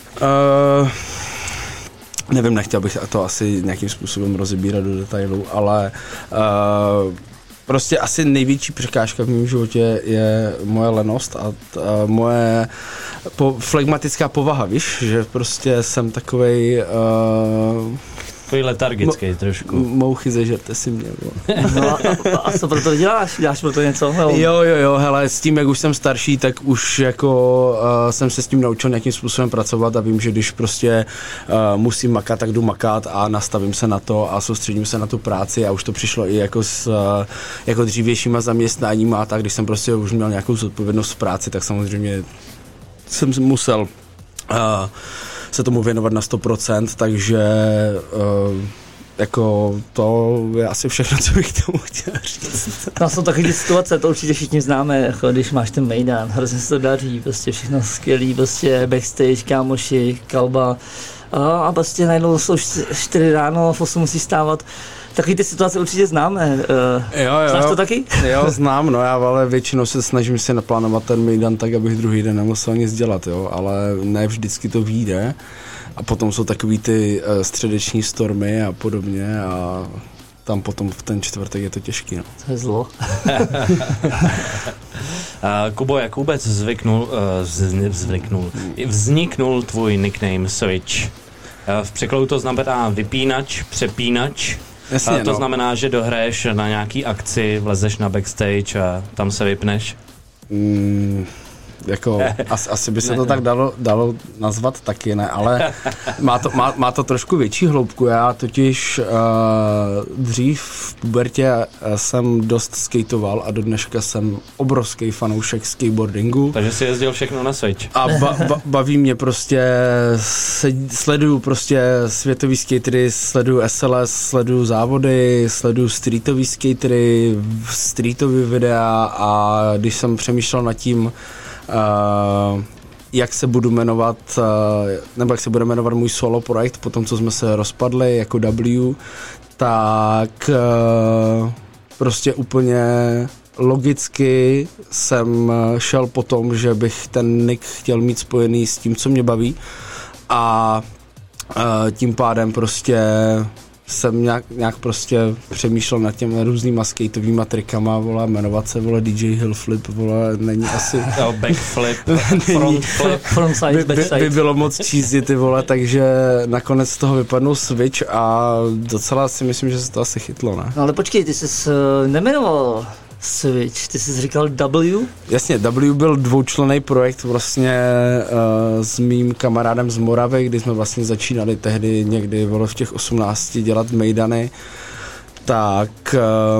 Nevím, nechtěl bych to asi nějakým způsobem rozebírat do detailů, ale prostě asi největší překážka v mém životě je moje lenost a moje flegmatická povaha, víš, že prostě jsem takovej... Takový letargický trošku. Mouchy, zežerte si mě. No a co pro to děláš? Děláš pro to něco? Jo, hele, s tím, jak už jsem starší, tak už jako jsem se s tím naučil nějakým způsobem pracovat a vím, že když prostě musím makat, tak jdu makat a nastavím se na to a soustředím se na tu práci a už to přišlo i jako s jako dřívějšíma zaměstnáníma a tak, když jsem prostě už měl nějakou zodpovědnost v práci, tak samozřejmě jsem musel se tomu věnovat na 100%, takže jako to je asi všechno, co bych tomu chtěl říct. No jsou taky ty situace, to určitě všichni známe, jako když máš ten Mejdan, hrozně se to daří, prostě všechno skvělý, prostě backstage, kámoši, kalba a prostě najednou jsou 4 ráno, v 8 musí stávat. Takový ty situace určitě známe. Znáš to taky? Jo, znám, no já ale většinou se snažím si naplánovat ten Mejdan tak, abych druhý den nemusel nic dělat, jo, ale ne vždycky to vyjde. A potom jsou takový ty středeční stormy a podobně a tam potom v ten čtvrtek je to těžký, no. To je zlo. Kubo, jak vůbec vzniknul tvůj nickname Switch? V překladu to znamená vypínač, přepínač. Jasně, to znamená, že dohraješ na nějaký akci, vlezeš na backstage a tam se vypneš? Jako, asi by se to tak dalo nazvat taky, ne, ale má to trošku větší hloubku. Já totiž dřív v pubertě jsem dost skateoval a do dneška jsem obrovský fanoušek skateboardingu. Takže si jezdil všechno na Switch. A baví mě prostě, sleduju prostě světový skatery, sleduju SLS, sleduju závody, sleduju streetový skatery, streetový videa a když jsem přemýšlel nad tím, jak se budu jmenovat, nebo jak se bude jmenovat můj solo projekt, po tom, co jsme se rozpadli jako W, tak prostě úplně logicky jsem šel po tom, že bych ten nick chtěl mít spojený s tím, co mě baví a tím pádem prostě jsem nějak prostě přemýšlel nad těmi různýma skateovýma trikama, vole, jmenovat se, vole, DJ Hillflip, vole, není asi... Backflip, frontflip. Frontside, backside. By bylo moc cheesy, ty vole, takže nakonec z toho vypadnul Switch a docela si myslím, že se to asi chytlo, ne? No ale počkej, ty jsi nemenoval Switch, ty jsi říkal W? Jasně, W byl dvoučlenný projekt vlastně s mým kamarádem z Moravy, kdy jsme vlastně začínali tehdy někdy v těch 18 dělat mejdany, tak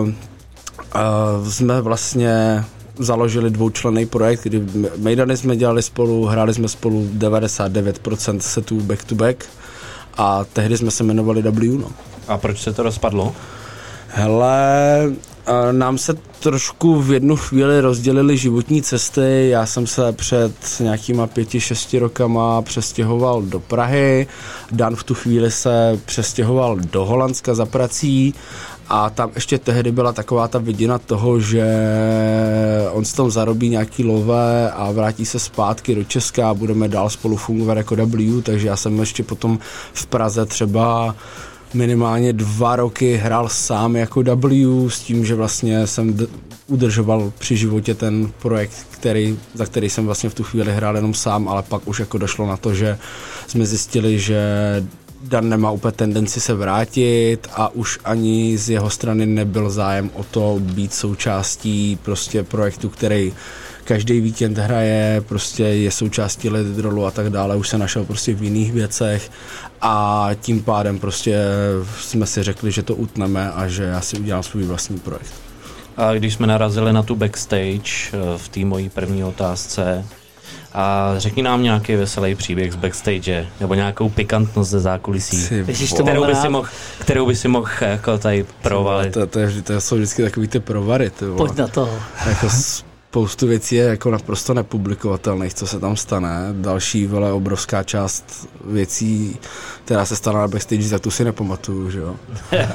jsme vlastně založili dvoučlenný projekt, kdy mejdany jsme dělali spolu, hráli jsme spolu 99% setů back to back a tehdy jsme se jmenovali W, no. A proč se to rozpadlo? Hele, nám se trošku v jednu chvíli rozdělily životní cesty, já jsem se před nějakýma 5-6 rokama přestěhoval do Prahy, Dan v tu chvíli se přestěhoval do Holandska za prací a tam ještě tehdy byla taková ta vidina toho, že on se tam zarobí nějaký lové a vrátí se zpátky do Česka a budeme dál spolu fungovat jako W, takže já jsem ještě potom v Praze třeba minimálně 2 roky hrál sám jako W s tím, že vlastně jsem udržoval při životě ten projekt, za který jsem vlastně v tu chvíli hrál jenom sám, ale pak už jako došlo na to, že jsme zjistili, že Dan nemá úplně tendenci se vrátit a už ani z jeho strany nebyl zájem o to být součástí prostě projektu, který každý víkend hraje, prostě je součástí lead rollu a tak dále, už se našel prostě v jiných věcech a tím pádem prostě jsme si řekli, že to utneme a že já si udělám svůj vlastní projekt. A když jsme narazili na tu backstage v té mojí první otázce, a řekni nám nějaký veselý příběh z backstage, nebo nějakou pikantnost ze zákulisí, kterou by si mohl jako tady provalit. To jsou vždycky takový ty provary. Pojď na to. Jako spoustu věcí je jako naprosto nepublikovatelných, co se tam stane. Další, vole, obrovská část věcí, která se stala na backstage, tak tu si nepamatuju, že jo.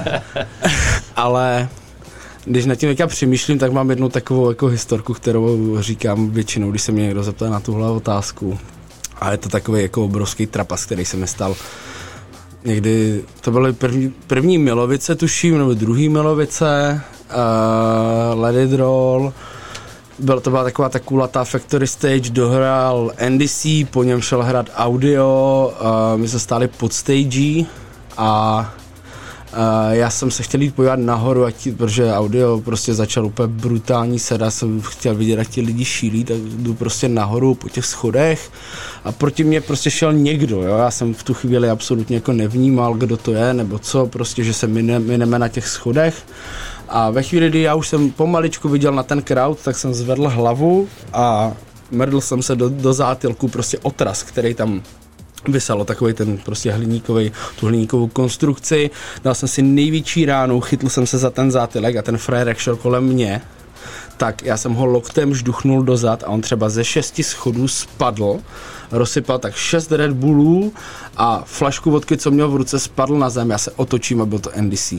Ale když nad tím přemýšlím, tak mám jednu takovou jako historku, kterou říkám většinou, když se mě někdo zeptá na tuhle otázku. A je to takový jako obrovský trapas, který se mi stal. Někdy, to byly první Milovice, tuším, nebo druhý Milovice, Let It Roll. To byla taková ta kulatá factory stage, dohrál NDC, po něm šel hrát Audio, my jsme stáli pod stage a já jsem se chtěl jít podívat nahoru, protože Audio prostě začal úplně brutální seda, jsem chtěl vidět, jak ti lidi šílí, tak jdu prostě nahoru po těch schodech a proti mě prostě šel někdo, jo? Já jsem v tu chvíli absolutně jako nevnímal, kdo to je, nebo co, prostě, že se mineme na těch schodech. A ve chvíli, kdy já už jsem pomaličku viděl na ten crowd, tak jsem zvedl hlavu a mrdl jsem se do zátilku prostě otras, který tam vyselo, takový ten prostě tu hliníkovou konstrukci. Dal jsem si největší ránu, chytl jsem se za ten zátylek a ten frajerek šel kolem mě. Tak já jsem ho loktem žduchnul dozad a on třeba ze 6 schodů spadl, rozsypal tak 6 Red Bullů a flašku vodky, co měl v ruce, spadl na zem. Já se otočím a byl to NDC.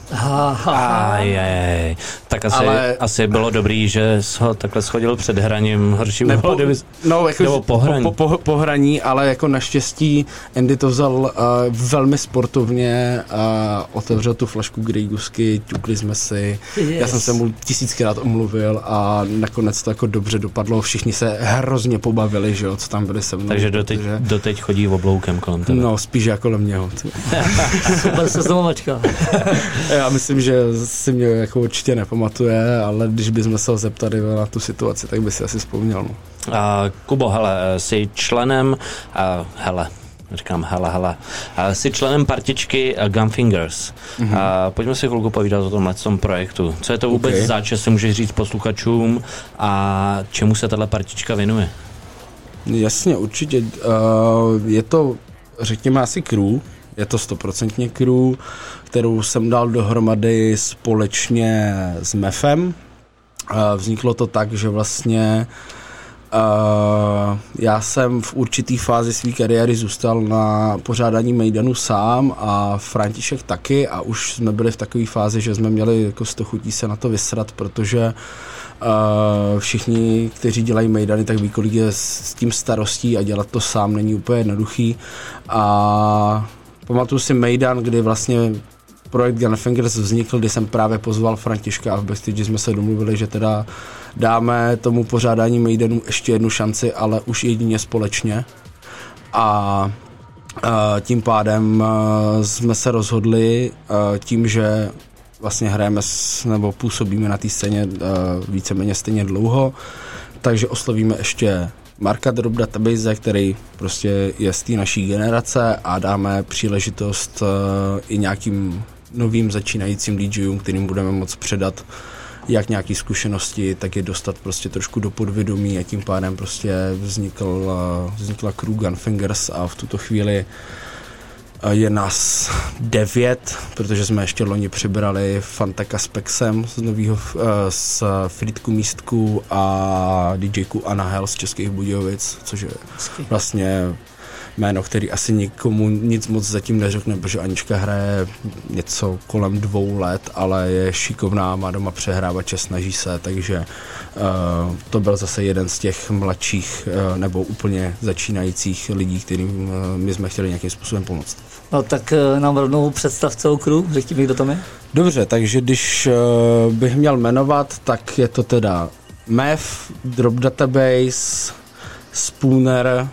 Tak asi bylo dobrý, že ho takhle schodil před hraním, horší bylo, jako po hraní, ale jako naštěstí Andy to vzal velmi sportovně a otevřel tu flašku Grey-Goosky, ťukli jsme si, já jsem se mu 1000krát omluvil a nakonec to jako dobře dopadlo, všichni se hrozně pobavili, že jo, co tam byli se mnou. Takže doteď chodí obloukem kolem tebe. No, spíš jako kolem něho. Super seznamovačka. Já myslím, že si mě jako určitě nepamatuje, ale když bychom se ho zeptali na tu situaci, tak by si asi vzpomněl. No. Kubo, hele, jsi členem, jsi členem partičky Gunfingers. Pojďme si chvilku povídat o tomhle projektu. Co je to vůbec zač, si můžeš říct posluchačům a čemu se tato partička věnuje? Jasně, určitě. Je to, řekněme, asi crew. Je to 100% crew, kterou jsem dal dohromady společně s Mefem. Vzniklo to tak, že vlastně Já jsem v určitý fázi své kariéry zůstal na pořádání mejdanu sám a František taky a už jsme byli v takové fázi, že jsme měli jako 100 chutí se na to vysrat, protože všichni, kteří dělají mejdany, tak ví, kolik je s tím starostí a dělat to sám není úplně jednoduchý. A pamatuju si mejdan, kdy vlastně projekt Gunfingers vznikl, kdy jsem právě pozval Františka a v backstage jsme se domluvili, že teda dáme tomu pořádání mejdanu ještě jednu šanci, ale už jedině společně. A tím pádem jsme se rozhodli tím, že vlastně hrajeme nebo působíme na té scéně víceméně stejně dlouho, takže oslovíme ještě Marka Drop Database, který prostě je z té naší generace a dáme příležitost i nějakým novým začínajícím DJům, kterým budeme moct předat jak nějaké zkušenosti, tak je dostat prostě trošku do podvědomí a tím pádem prostě vznikla crew Gunfingers a v tuto chvíli je nás 9, protože jsme ještě loni přibrali Fanteka s Pexem z Frýdku Místku a DJku Anna Hell z Českých Budějovic, což je vlastně jméno, který asi nikomu nic moc zatím neřekne, protože Anička hraje něco kolem 2 let, ale je šikovná, má doma přehrávače, snaží se, takže to byl zase jeden z těch mladších nebo úplně začínajících lidí, kterým my jsme chtěli nějakým způsobem pomoct. No tak nám rovnou představ celou crew, řekni mi, kdo tam je. Dobře, takže když bych měl jmenovat, tak je to teda Mev, Drop Database, Spooner,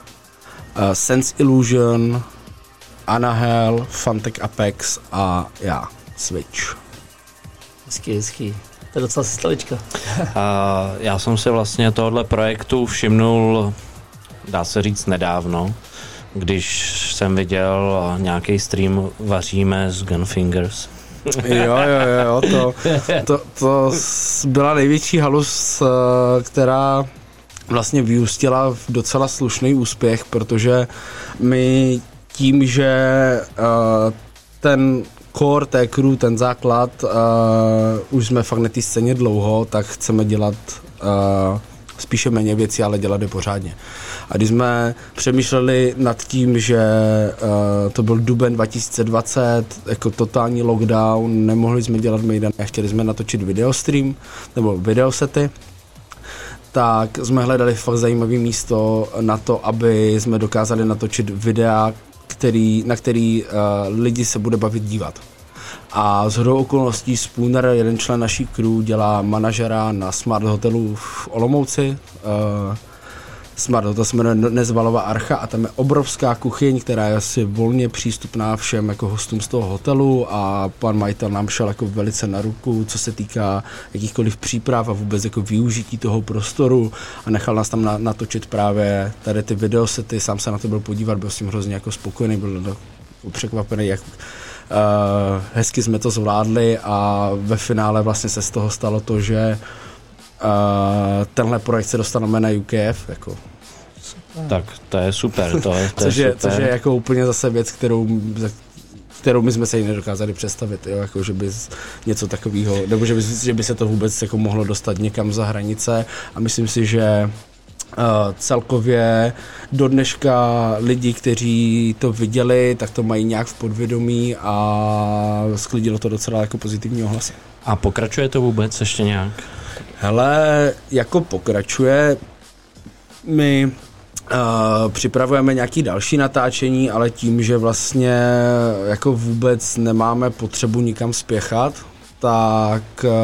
Sense Illusion, Anahel, Fantek Apex a já, Switch. Hezký. To je docela sestavička. Já jsem si vlastně tohohle projektu všimnul, dá se říct nedávno, když jsem viděl nějaký stream Vaříme z Gunfingers. Jo, to byla největší halus, která vlastně vyústila v docela slušný úspěch, protože my tím, že ten core té crew, ten základ, už jsme fakt na té scéně dlouho, tak chceme dělat spíše méně věcí, ale dělat je pořádně. A když jsme přemýšleli nad tím, že to byl duben 2020, jako totální lockdown, nemohli jsme dělat mejdan, chtěli jsme natočit videostream nebo videosety, tak jsme hledali fakt zajímavé místo na to, aby jsme dokázali natočit videa, na který lidi se bude bavit dívat. A shodou okolností Spooner, jeden člen naší crew, dělá manažera na Smart Hotelu v Olomouci. Smart Hotel se jmenuje Nezvalová archa a tam je obrovská kuchyň, která je asi volně přístupná všem jako hostům z toho hotelu a pan majitel nám šel jako velice na ruku, co se týká jakýchkoliv příprav a vůbec jako využití toho prostoru a nechal nás tam natočit právě tady ty videosety, sám se na to byl podívat, byl s tím hrozně jako spokojený, byl překvapený, jak hezky jsme to zvládli a ve finále vlastně se z toho stalo to, že tenhle projekt se dostaneme na UKF, jako. Tak to je super, to je což je jako úplně zase věc, kterou my jsme se ji nedokázali představit, jo, jako že by něco takového, nebo že by se to vůbec jako mohlo dostat někam za hranice a myslím si, že celkově do dneška lidi, kteří to viděli, tak to mají nějak v podvědomí a sklidilo to docela jako pozitivní ohlasy. A pokračuje to vůbec ještě nějak? Hele, jako pokračuje, my připravujeme nějaký další natáčení, ale tím, že vlastně jako vůbec nemáme potřebu nikam spěchat, tak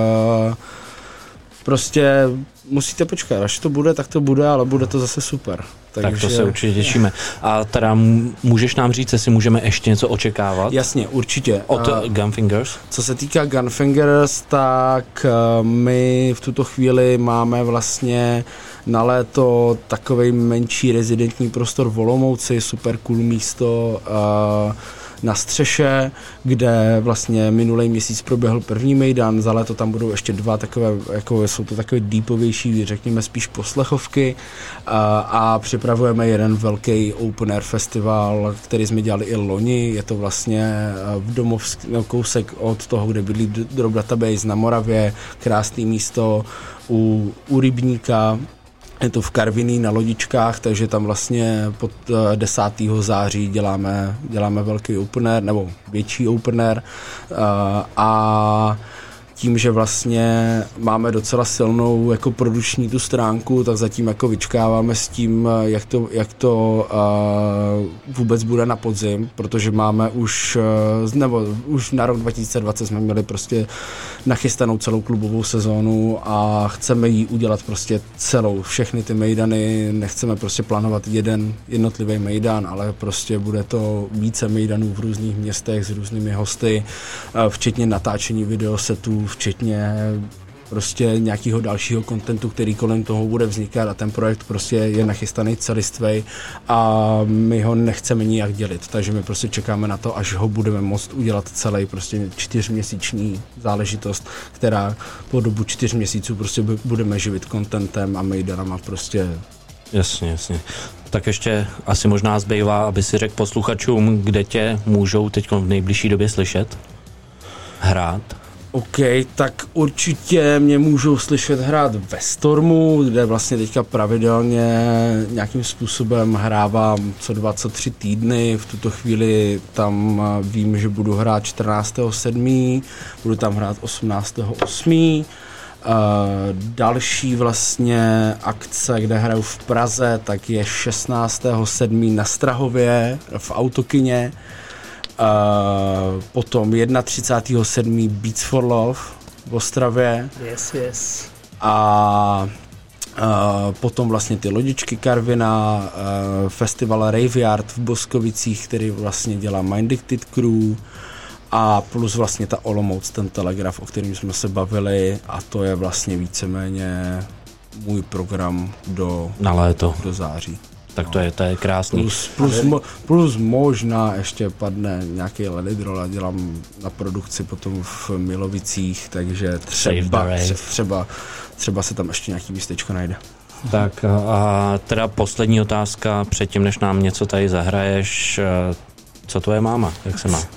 prostě musíte počkat, až to bude, tak to bude, ale bude to zase super. Tak to se určitě těšíme. A teda můžeš nám říct, jestli můžeme ještě něco očekávat? Jasně, určitě. Od Gunfingers? Co se týká Gunfingers, tak my v tuto chvíli máme vlastně na léto takovej menší rezidentní prostor v Olomouci, super cool místo na střeše, kde vlastně minulý měsíc proběhl první mejdan, za léto tam budou ještě 2 takové, jako jsou to takové deepovější, řekněme spíš poslechovky a připravujeme jeden velký open air festival, který jsme dělali i loni, je to vlastně v kousek od toho, kde bydlí Drop Database na Moravě, krásné místo u rybníka Je to v Karviní na lodičkách, takže tam vlastně pod 10. září děláme velký opener, nebo větší opener a tím, že vlastně máme docela silnou jako produční tu stránku, tak zatím jako vyčkáváme s tím, jak to vůbec bude na podzim, protože máme už na rok 2020 jsme měli prostě nachystanou celou klubovou sezónu a chceme ji udělat prostě celou, všechny ty mejdany, nechceme prostě plánovat jeden jednotlivý mejdan, ale prostě bude to více mejdanů v různých městech s různými hosty, včetně natáčení videosetů, včetně prostě nějakého dalšího kontentu, který kolem toho bude vznikat a ten projekt prostě je nachystaný celistvej a my ho nechceme nijak dělit, takže my prostě čekáme na to, až ho budeme moct udělat celý prostě 4měsíční záležitost, která po dobu 4 měsíců prostě budeme živit kontentem a mejdanama prostě. Jasně. Tak ještě asi možná zbývá, aby si řekl posluchačům, kde tě můžou teď v nejbližší době slyšet, hrát. OK, tak určitě mě můžou slyšet hrát ve Stormu, kde vlastně teďka pravidelně nějakým způsobem hrávám co 2, co 3 týdny. V tuto chvíli tam vím, že budu hrát 14.7., budu tam hrát 18.8. Další vlastně akce, kde hraju v Praze, tak je 16.7. na Strahově v Autokyně. Potom 31.7. Beats for Love v Ostravě. Yes. A potom vlastně ty lodičky Karvina, festival Raveyard v Boskovicích, který vlastně dělá Mindicted Crew a plus vlastně ta Olomouc, ten Telegraf, o kterém jsme se bavili a to je vlastně víceméně můj program do září. Tak to je krásný. Plus možná ještě padne nějaký Ledidrol a dělám na produkci potom v Milovicích, takže třeba se tam ještě nějaký místečko najde. Tak a teda poslední otázka, předtím než nám něco tady zahraješ, co tvoje máma, jak se má?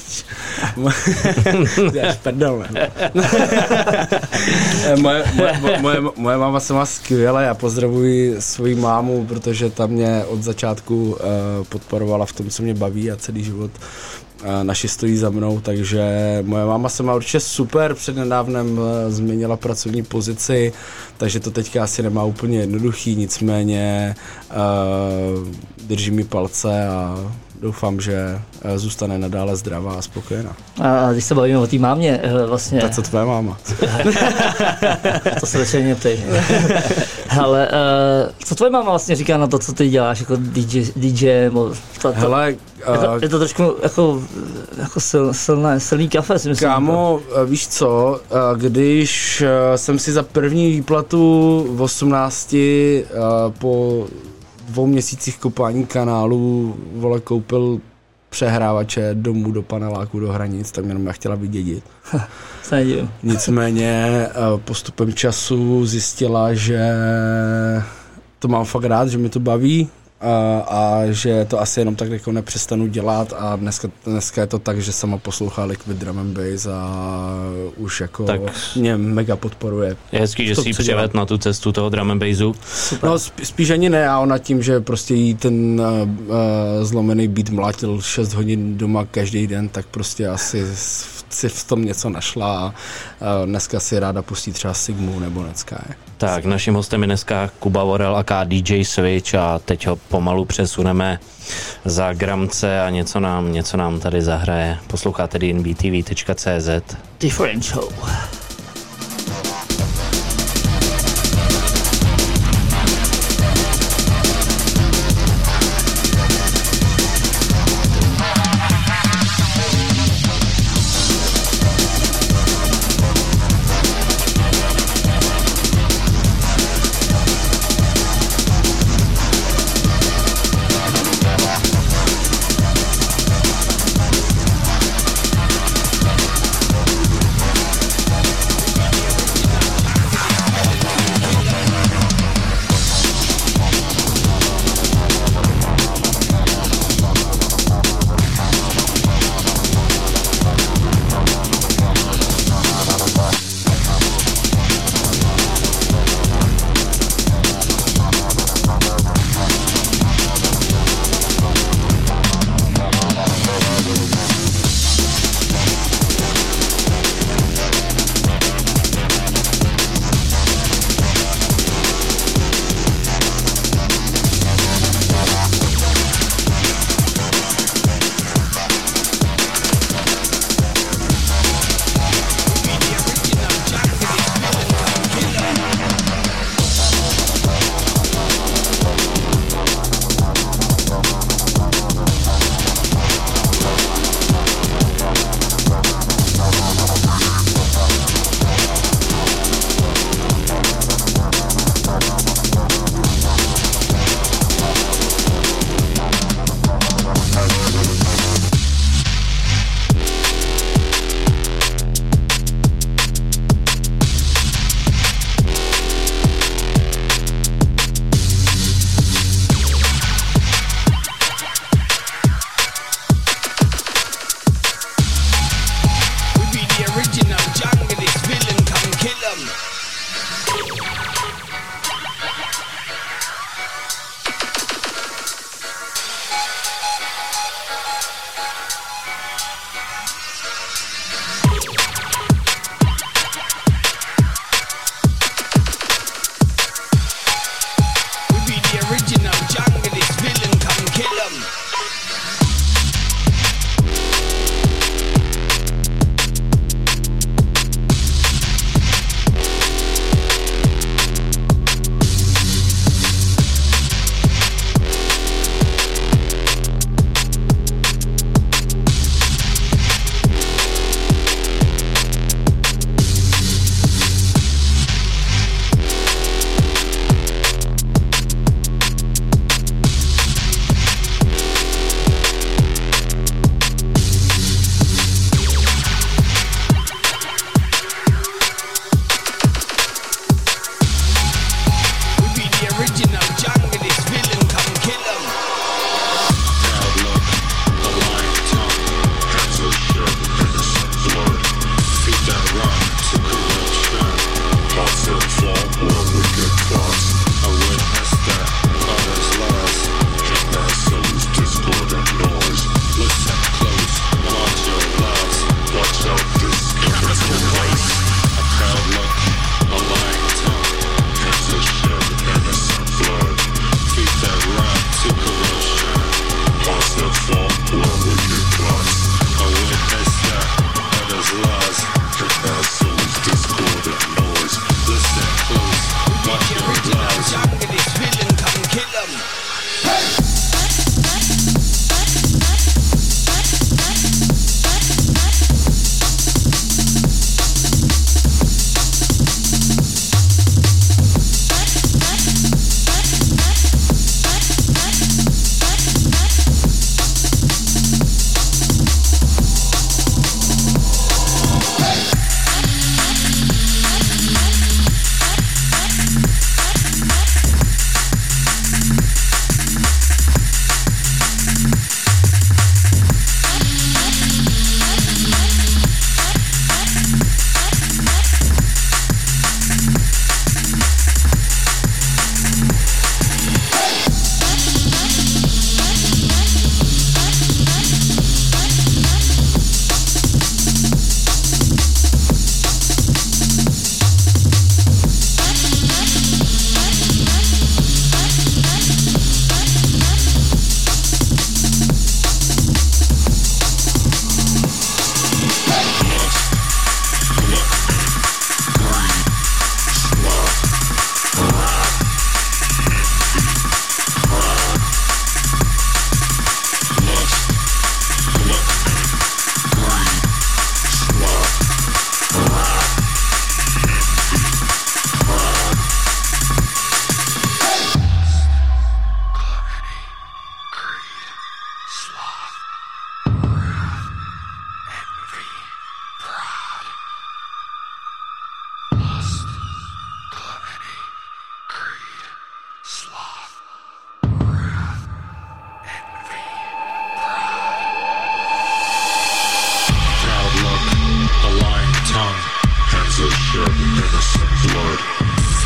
Moje máma se má skvěle, já pozdravuji svoji mámu, protože ta mě od začátku podporovala v tom, co mě baví a celý život naši stojí za mnou, takže moje máma se má určitě super, přednedávnem změnila pracovní pozici, takže to teďka asi nemá úplně jednoduchý, nicméně drží mi palce a doufám, že zůstane nadále zdravá a spokojená. A když se bavíme o té mámě, vlastně... Tak co tvoje máma? To se večer mě ptej. Ale co tvoje máma vlastně říká na to, co ty děláš jako DJ? Hele, je to trošku jako silný kafe, si myslím. Kámo, víš co, když jsem si za první výplatu v 18 po 2 měsících kopání kanálu koupil přehrávače domů do paneláku do hranic, tak mě jenom chtěla vydědit. Nicméně postupem času zjistila, že to mám fakt rád, že mi to baví a že to asi jenom tak jako nepřestanu dělat a dneska je to tak, že sama poslouchá Liquid Drum and Bass a už jako tak mě mega podporuje. Je hezký, že si ji přived na tu cestu toho drum and bassu. Super. No spíš ani ne a ona tím, že prostě jí ten zlomený beat mlátil 6 hodin doma každý den, tak prostě asi si v tom něco našla a dneska si ráda pustí třeba Sigmu nebo Necka. Tak, naším hostem je dneska Kuba Vorel aka DJ Switch a teď ho pomalu přesuneme za gramce a něco nám tady zahraje. Posloucháte dnbtv.cz. Differential.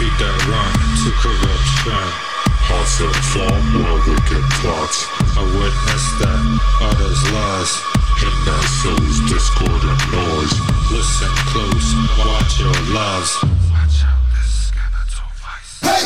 feet that run to corruption. Hearts that form while wicked plots. I witness that others lost in their souls, discord and noise. Listen close, watch your lives. Watch out, this skeletal vice. Hey!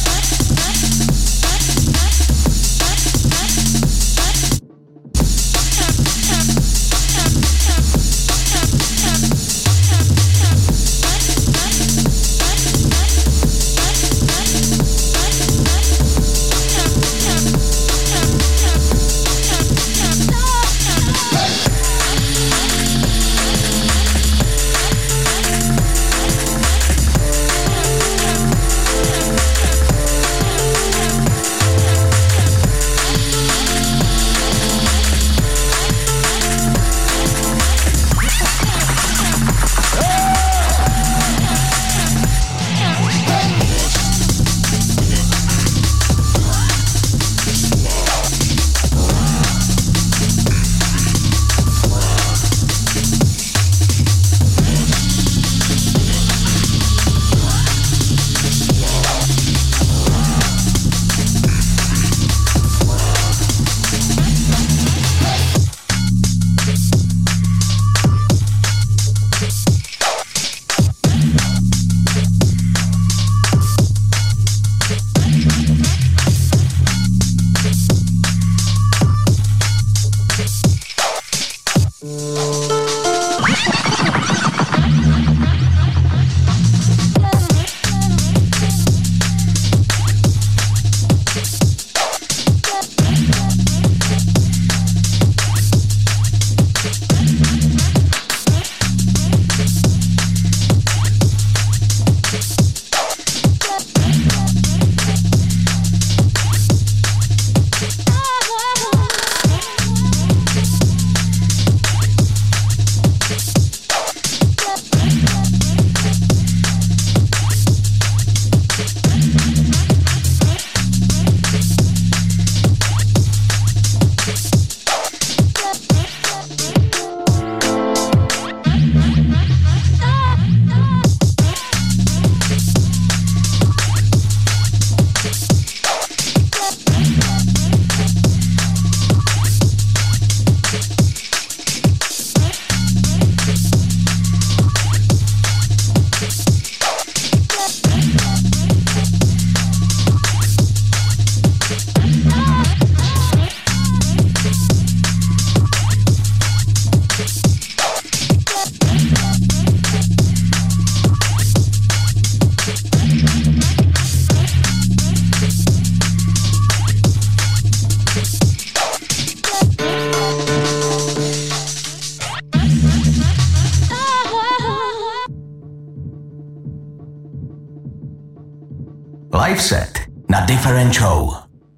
Live set na Different Show.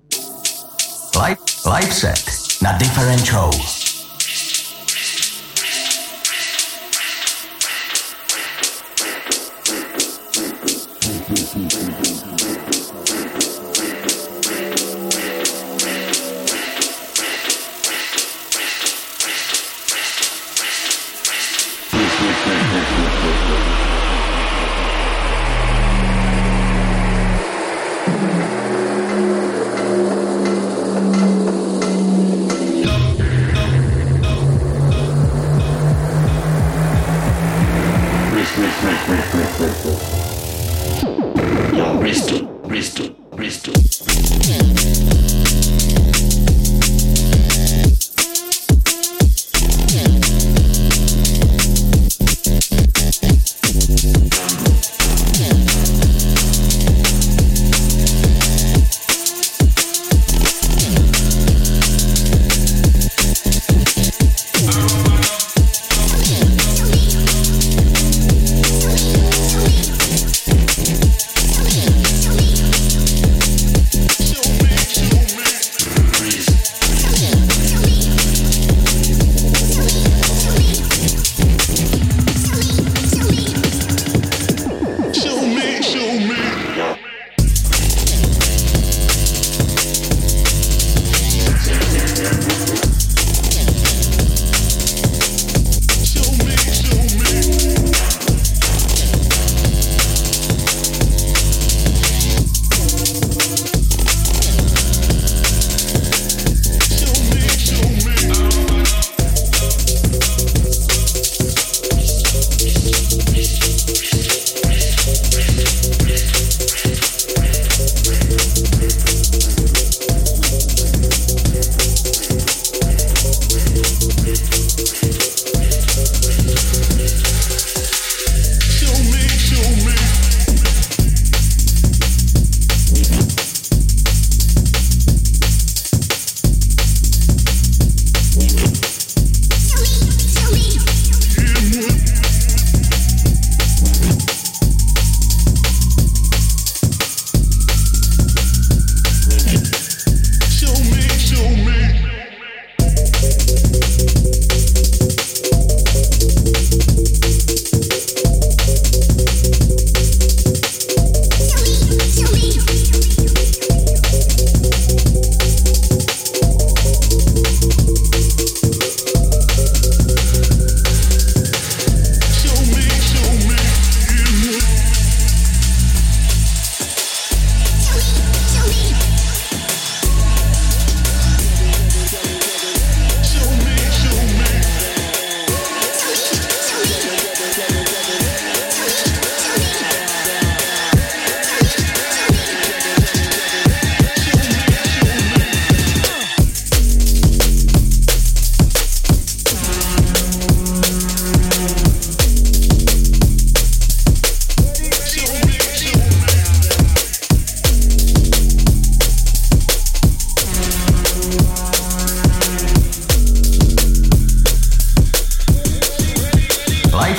Live set na Different Show.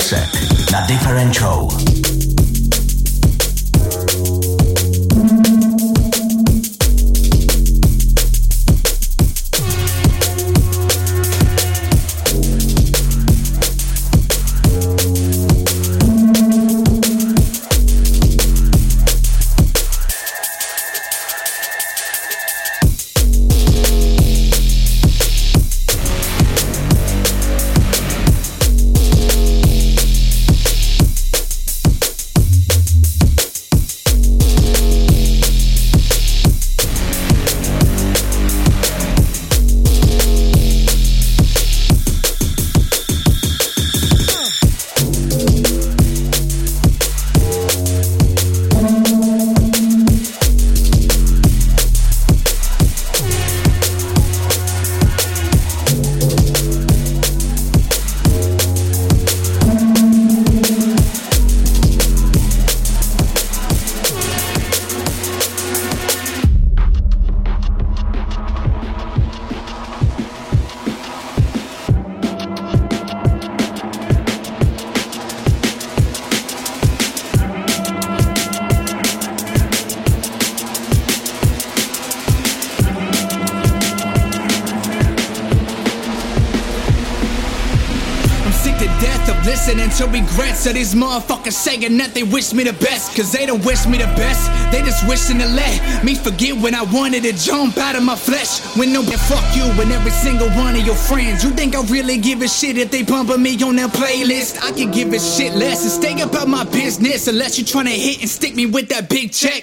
Dexek na Different Show. To regrets of these motherfuckers saying that they wish me the best, cause they don't wish me the best, they just wishing to let me forget when I wanted to jump out of my flesh. When nobody fuck you and every single one of your friends. You think I really give a shit if they bumping me on their playlist? I could give a shit less and stay about my business, unless you're trying to hit and stick me with that big check.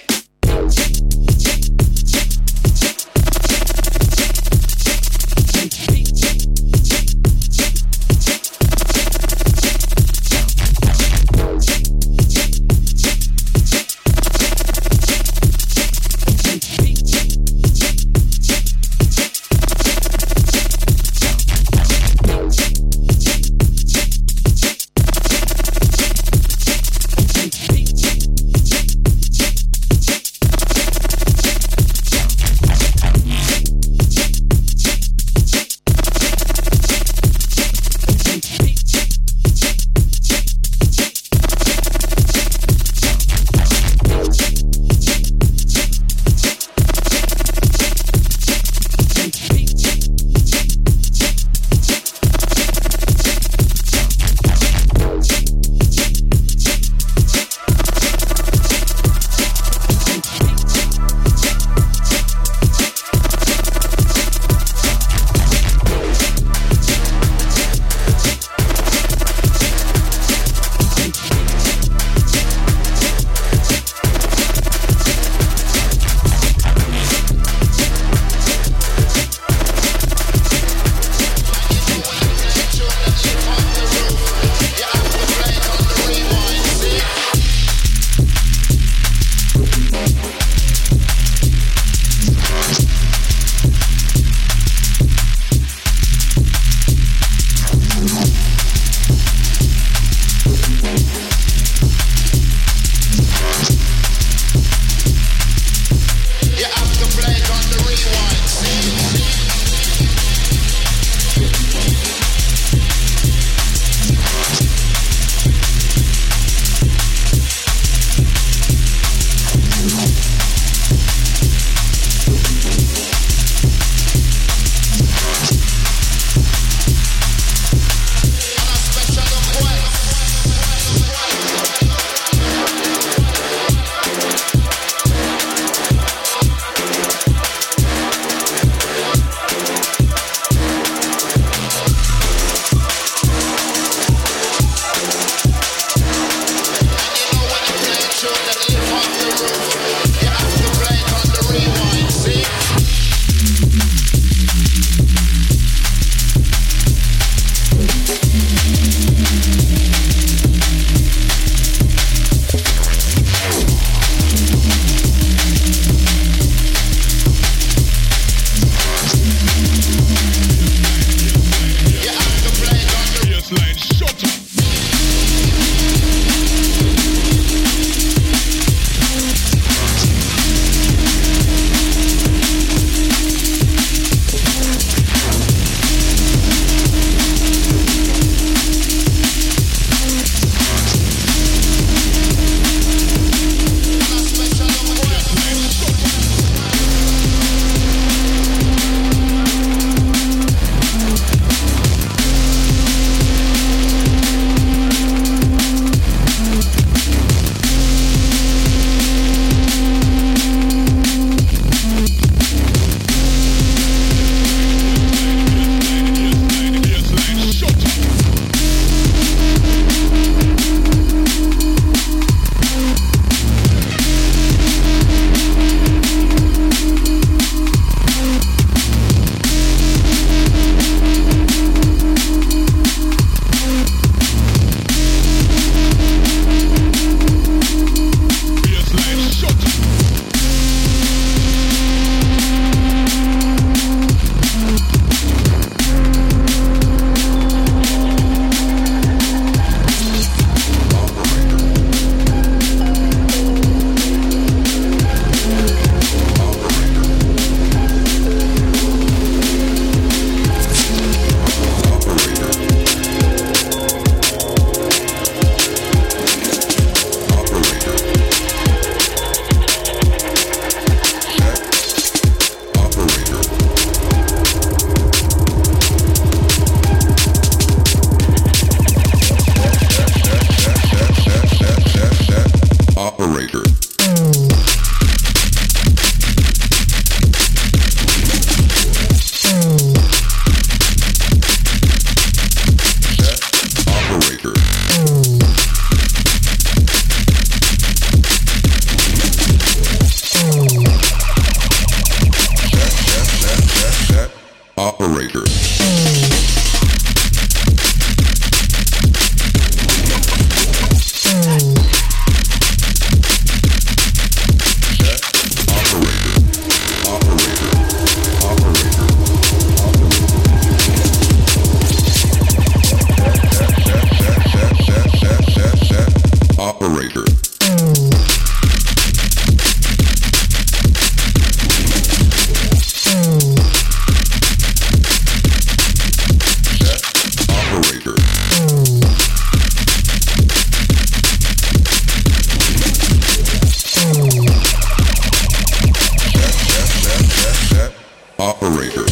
Operator.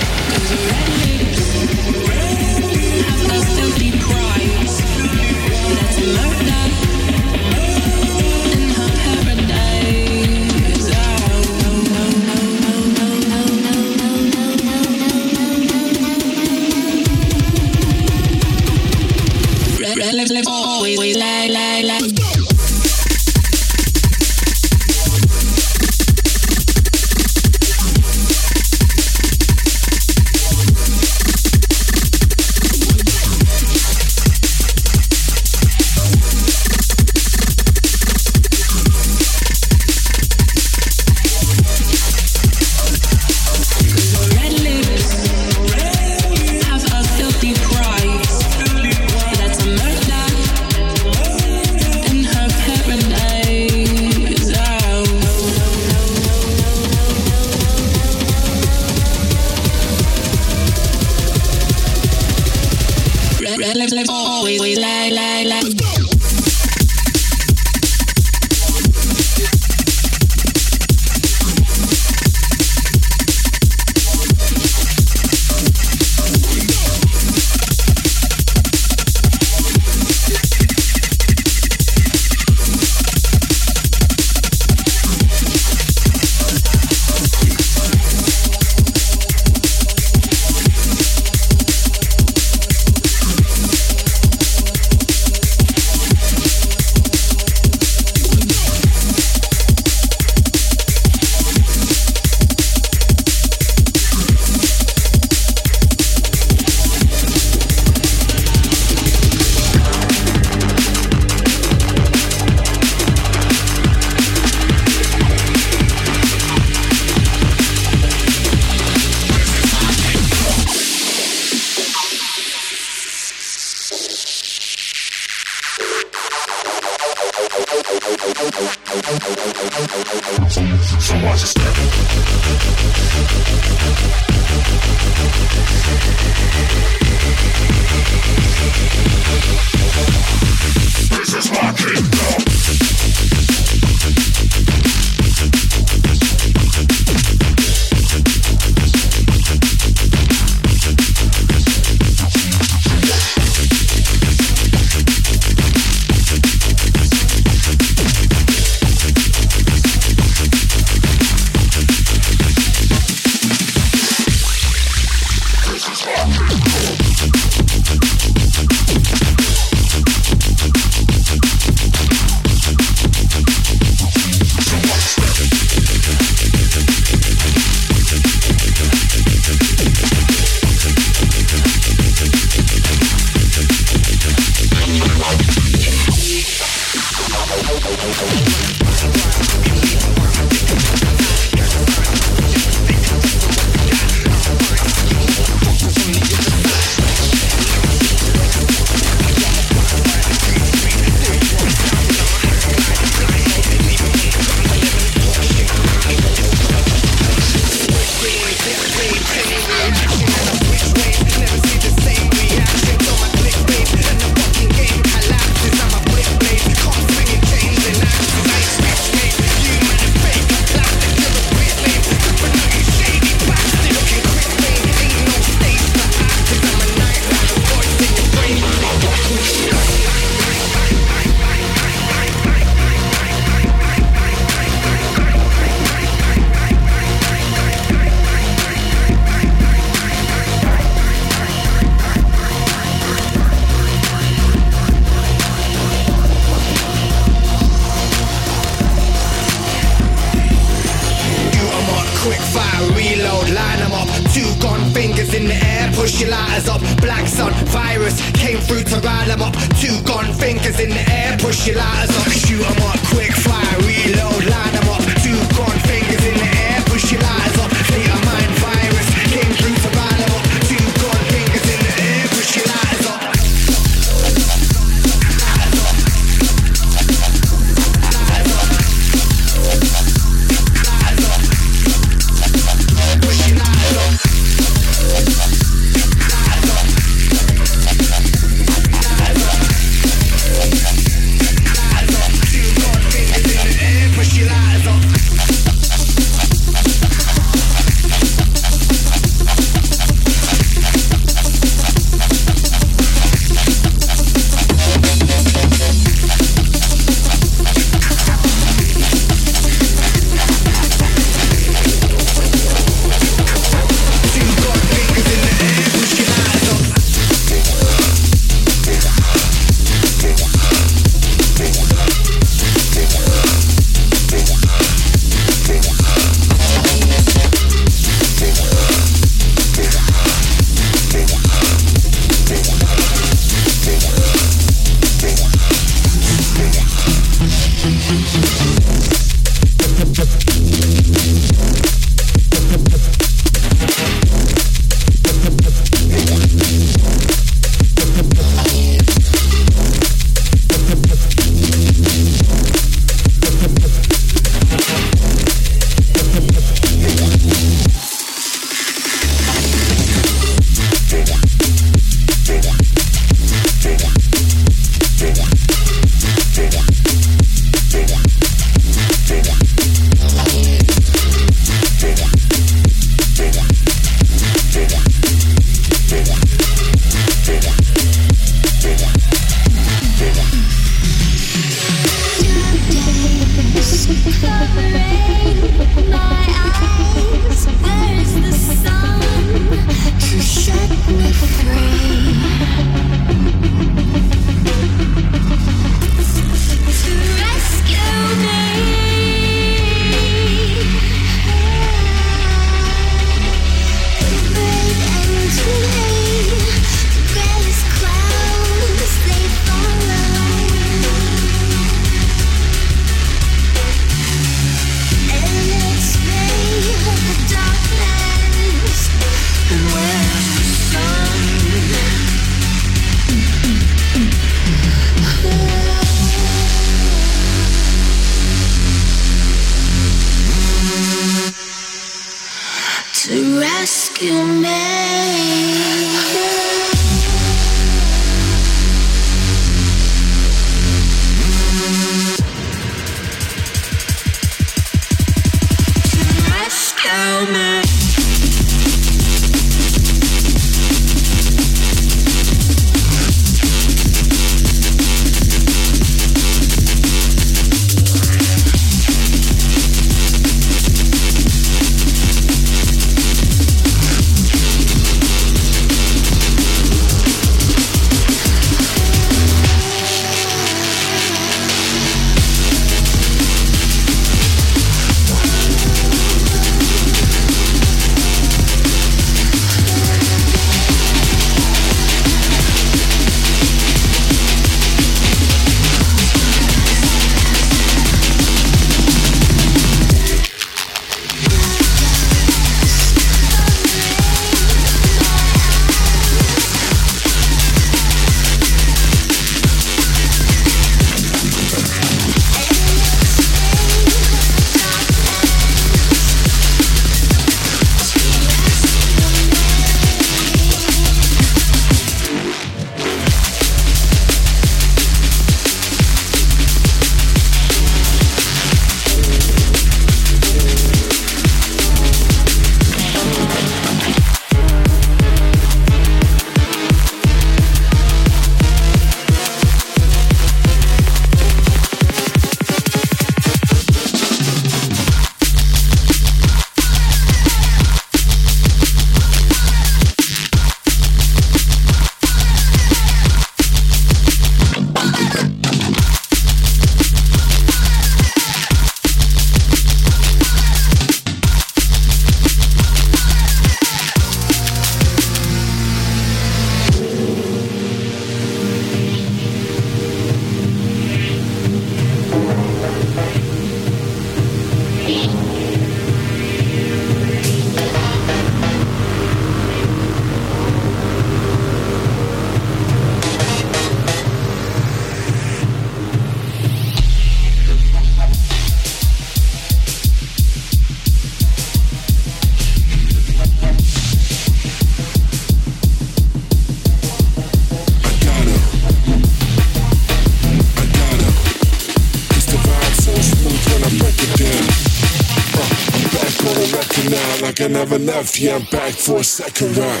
I never left, yeah, I'm back for a second round.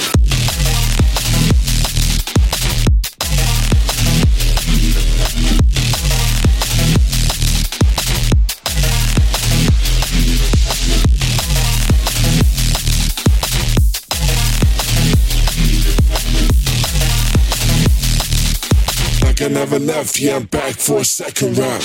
Like I never left, yeah, I'm back for a second round.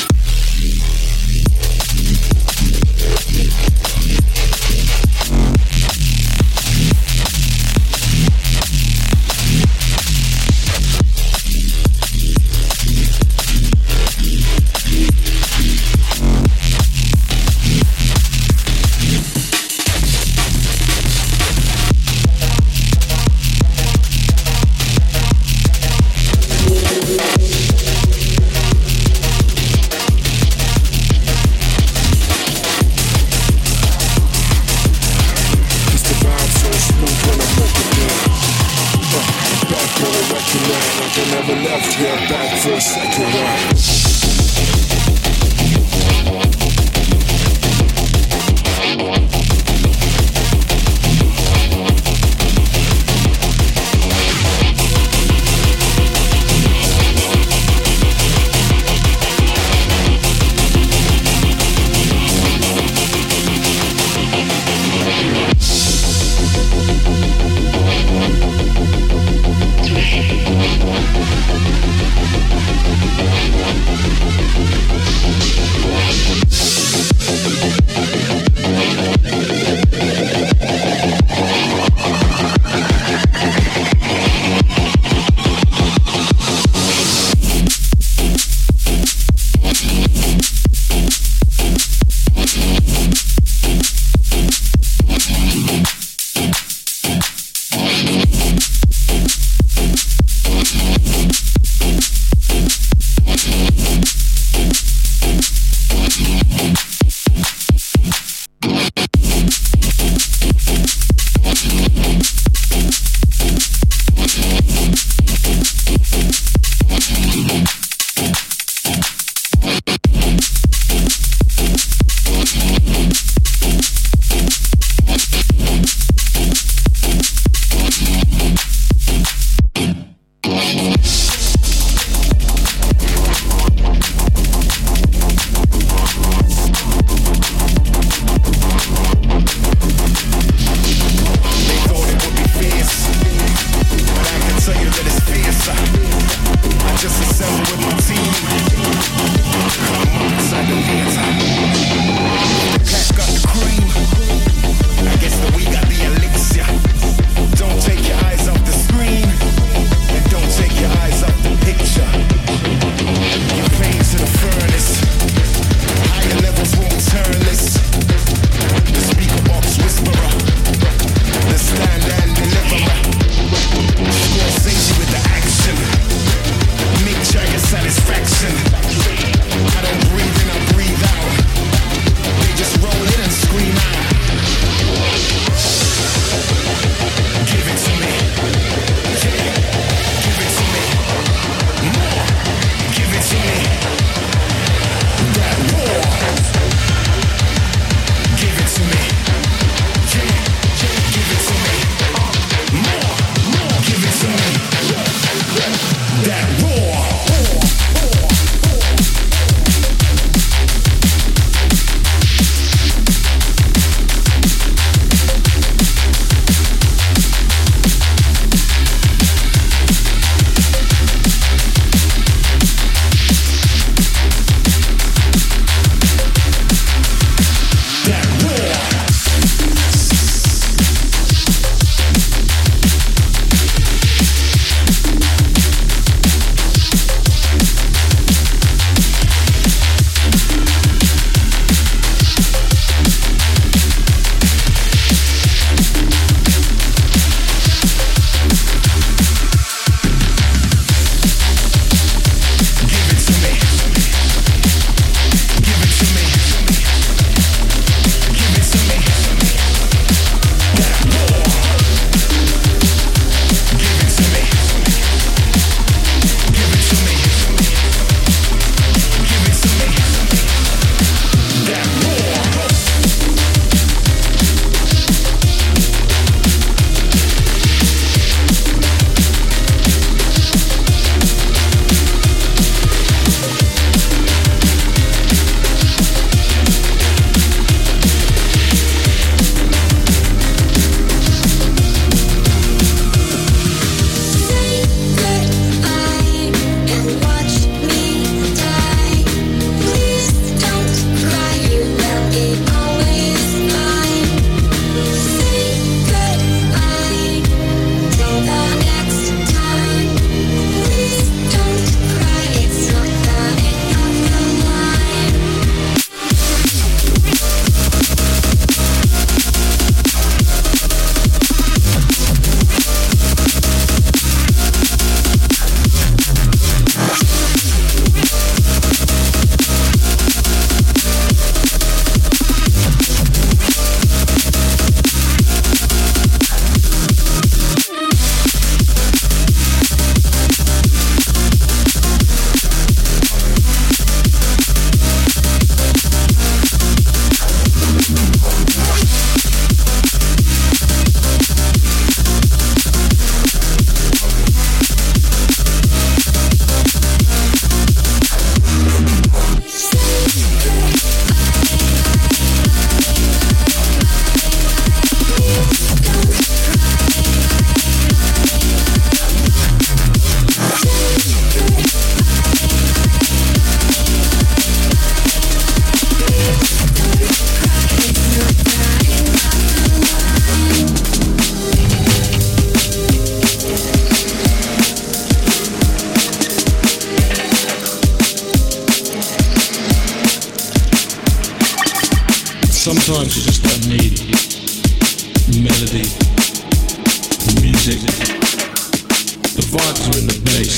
Sometimes you just don't need melody, music. The vibes are in the bass.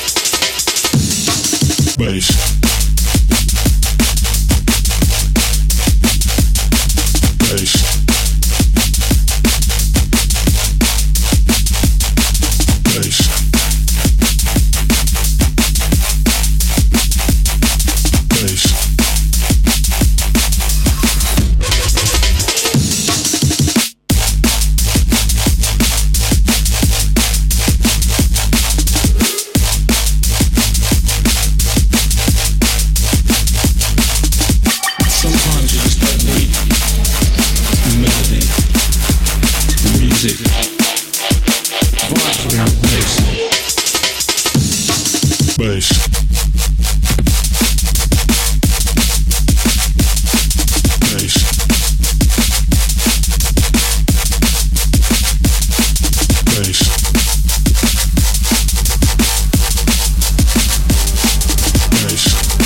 Bass. Bass. Bass. Bass. Sometimes you just don't need melody, music, vibes around bass. Bass. Bass. Bass. Bass.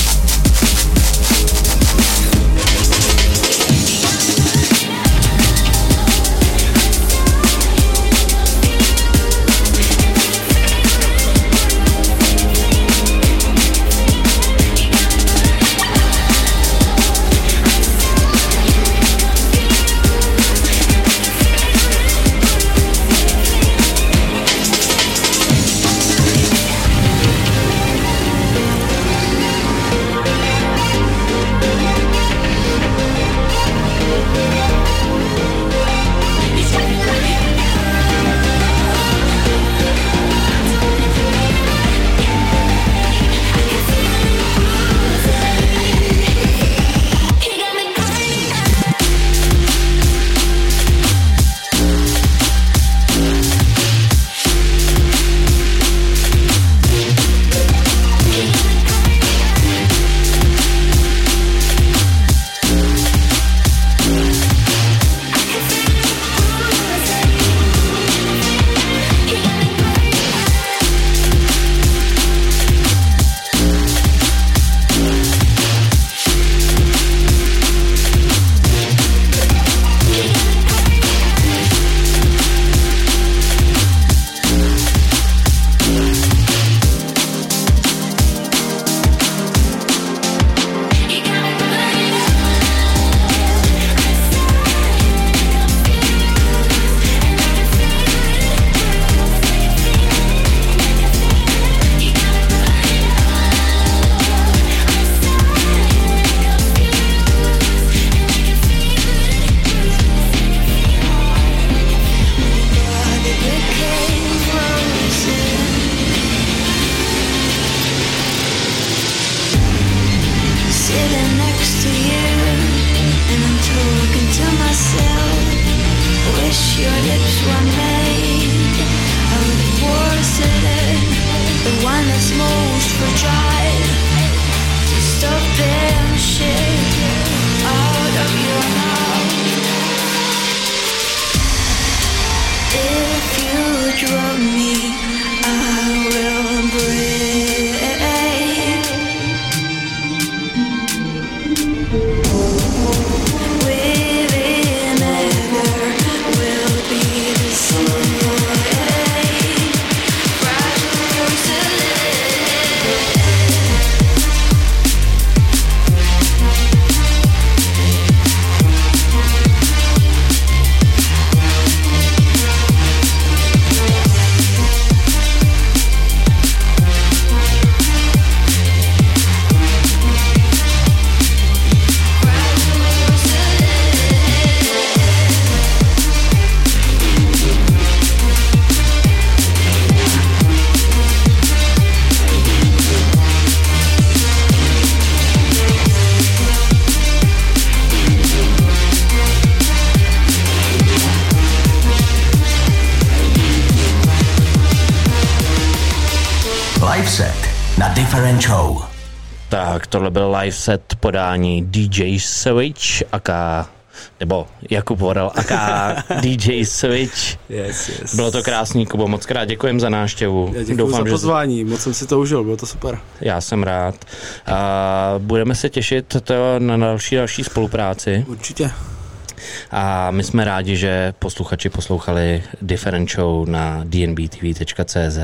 Live set na Different Show. Tak, tohle byl live set podání DJ Savage aka nebo Jakub Vorel, aka DJ Switch. Yes. Bylo to krásný, Kubo, moc krát děkujem za návštěvu. Já děkuji za pozvání, moc jsem si to užil, bylo to super. Já jsem rád. Budeme se těšit na další spolupráci. Určitě. A my jsme rádi, že posluchači poslouchali Different Show na dnbtv.cz.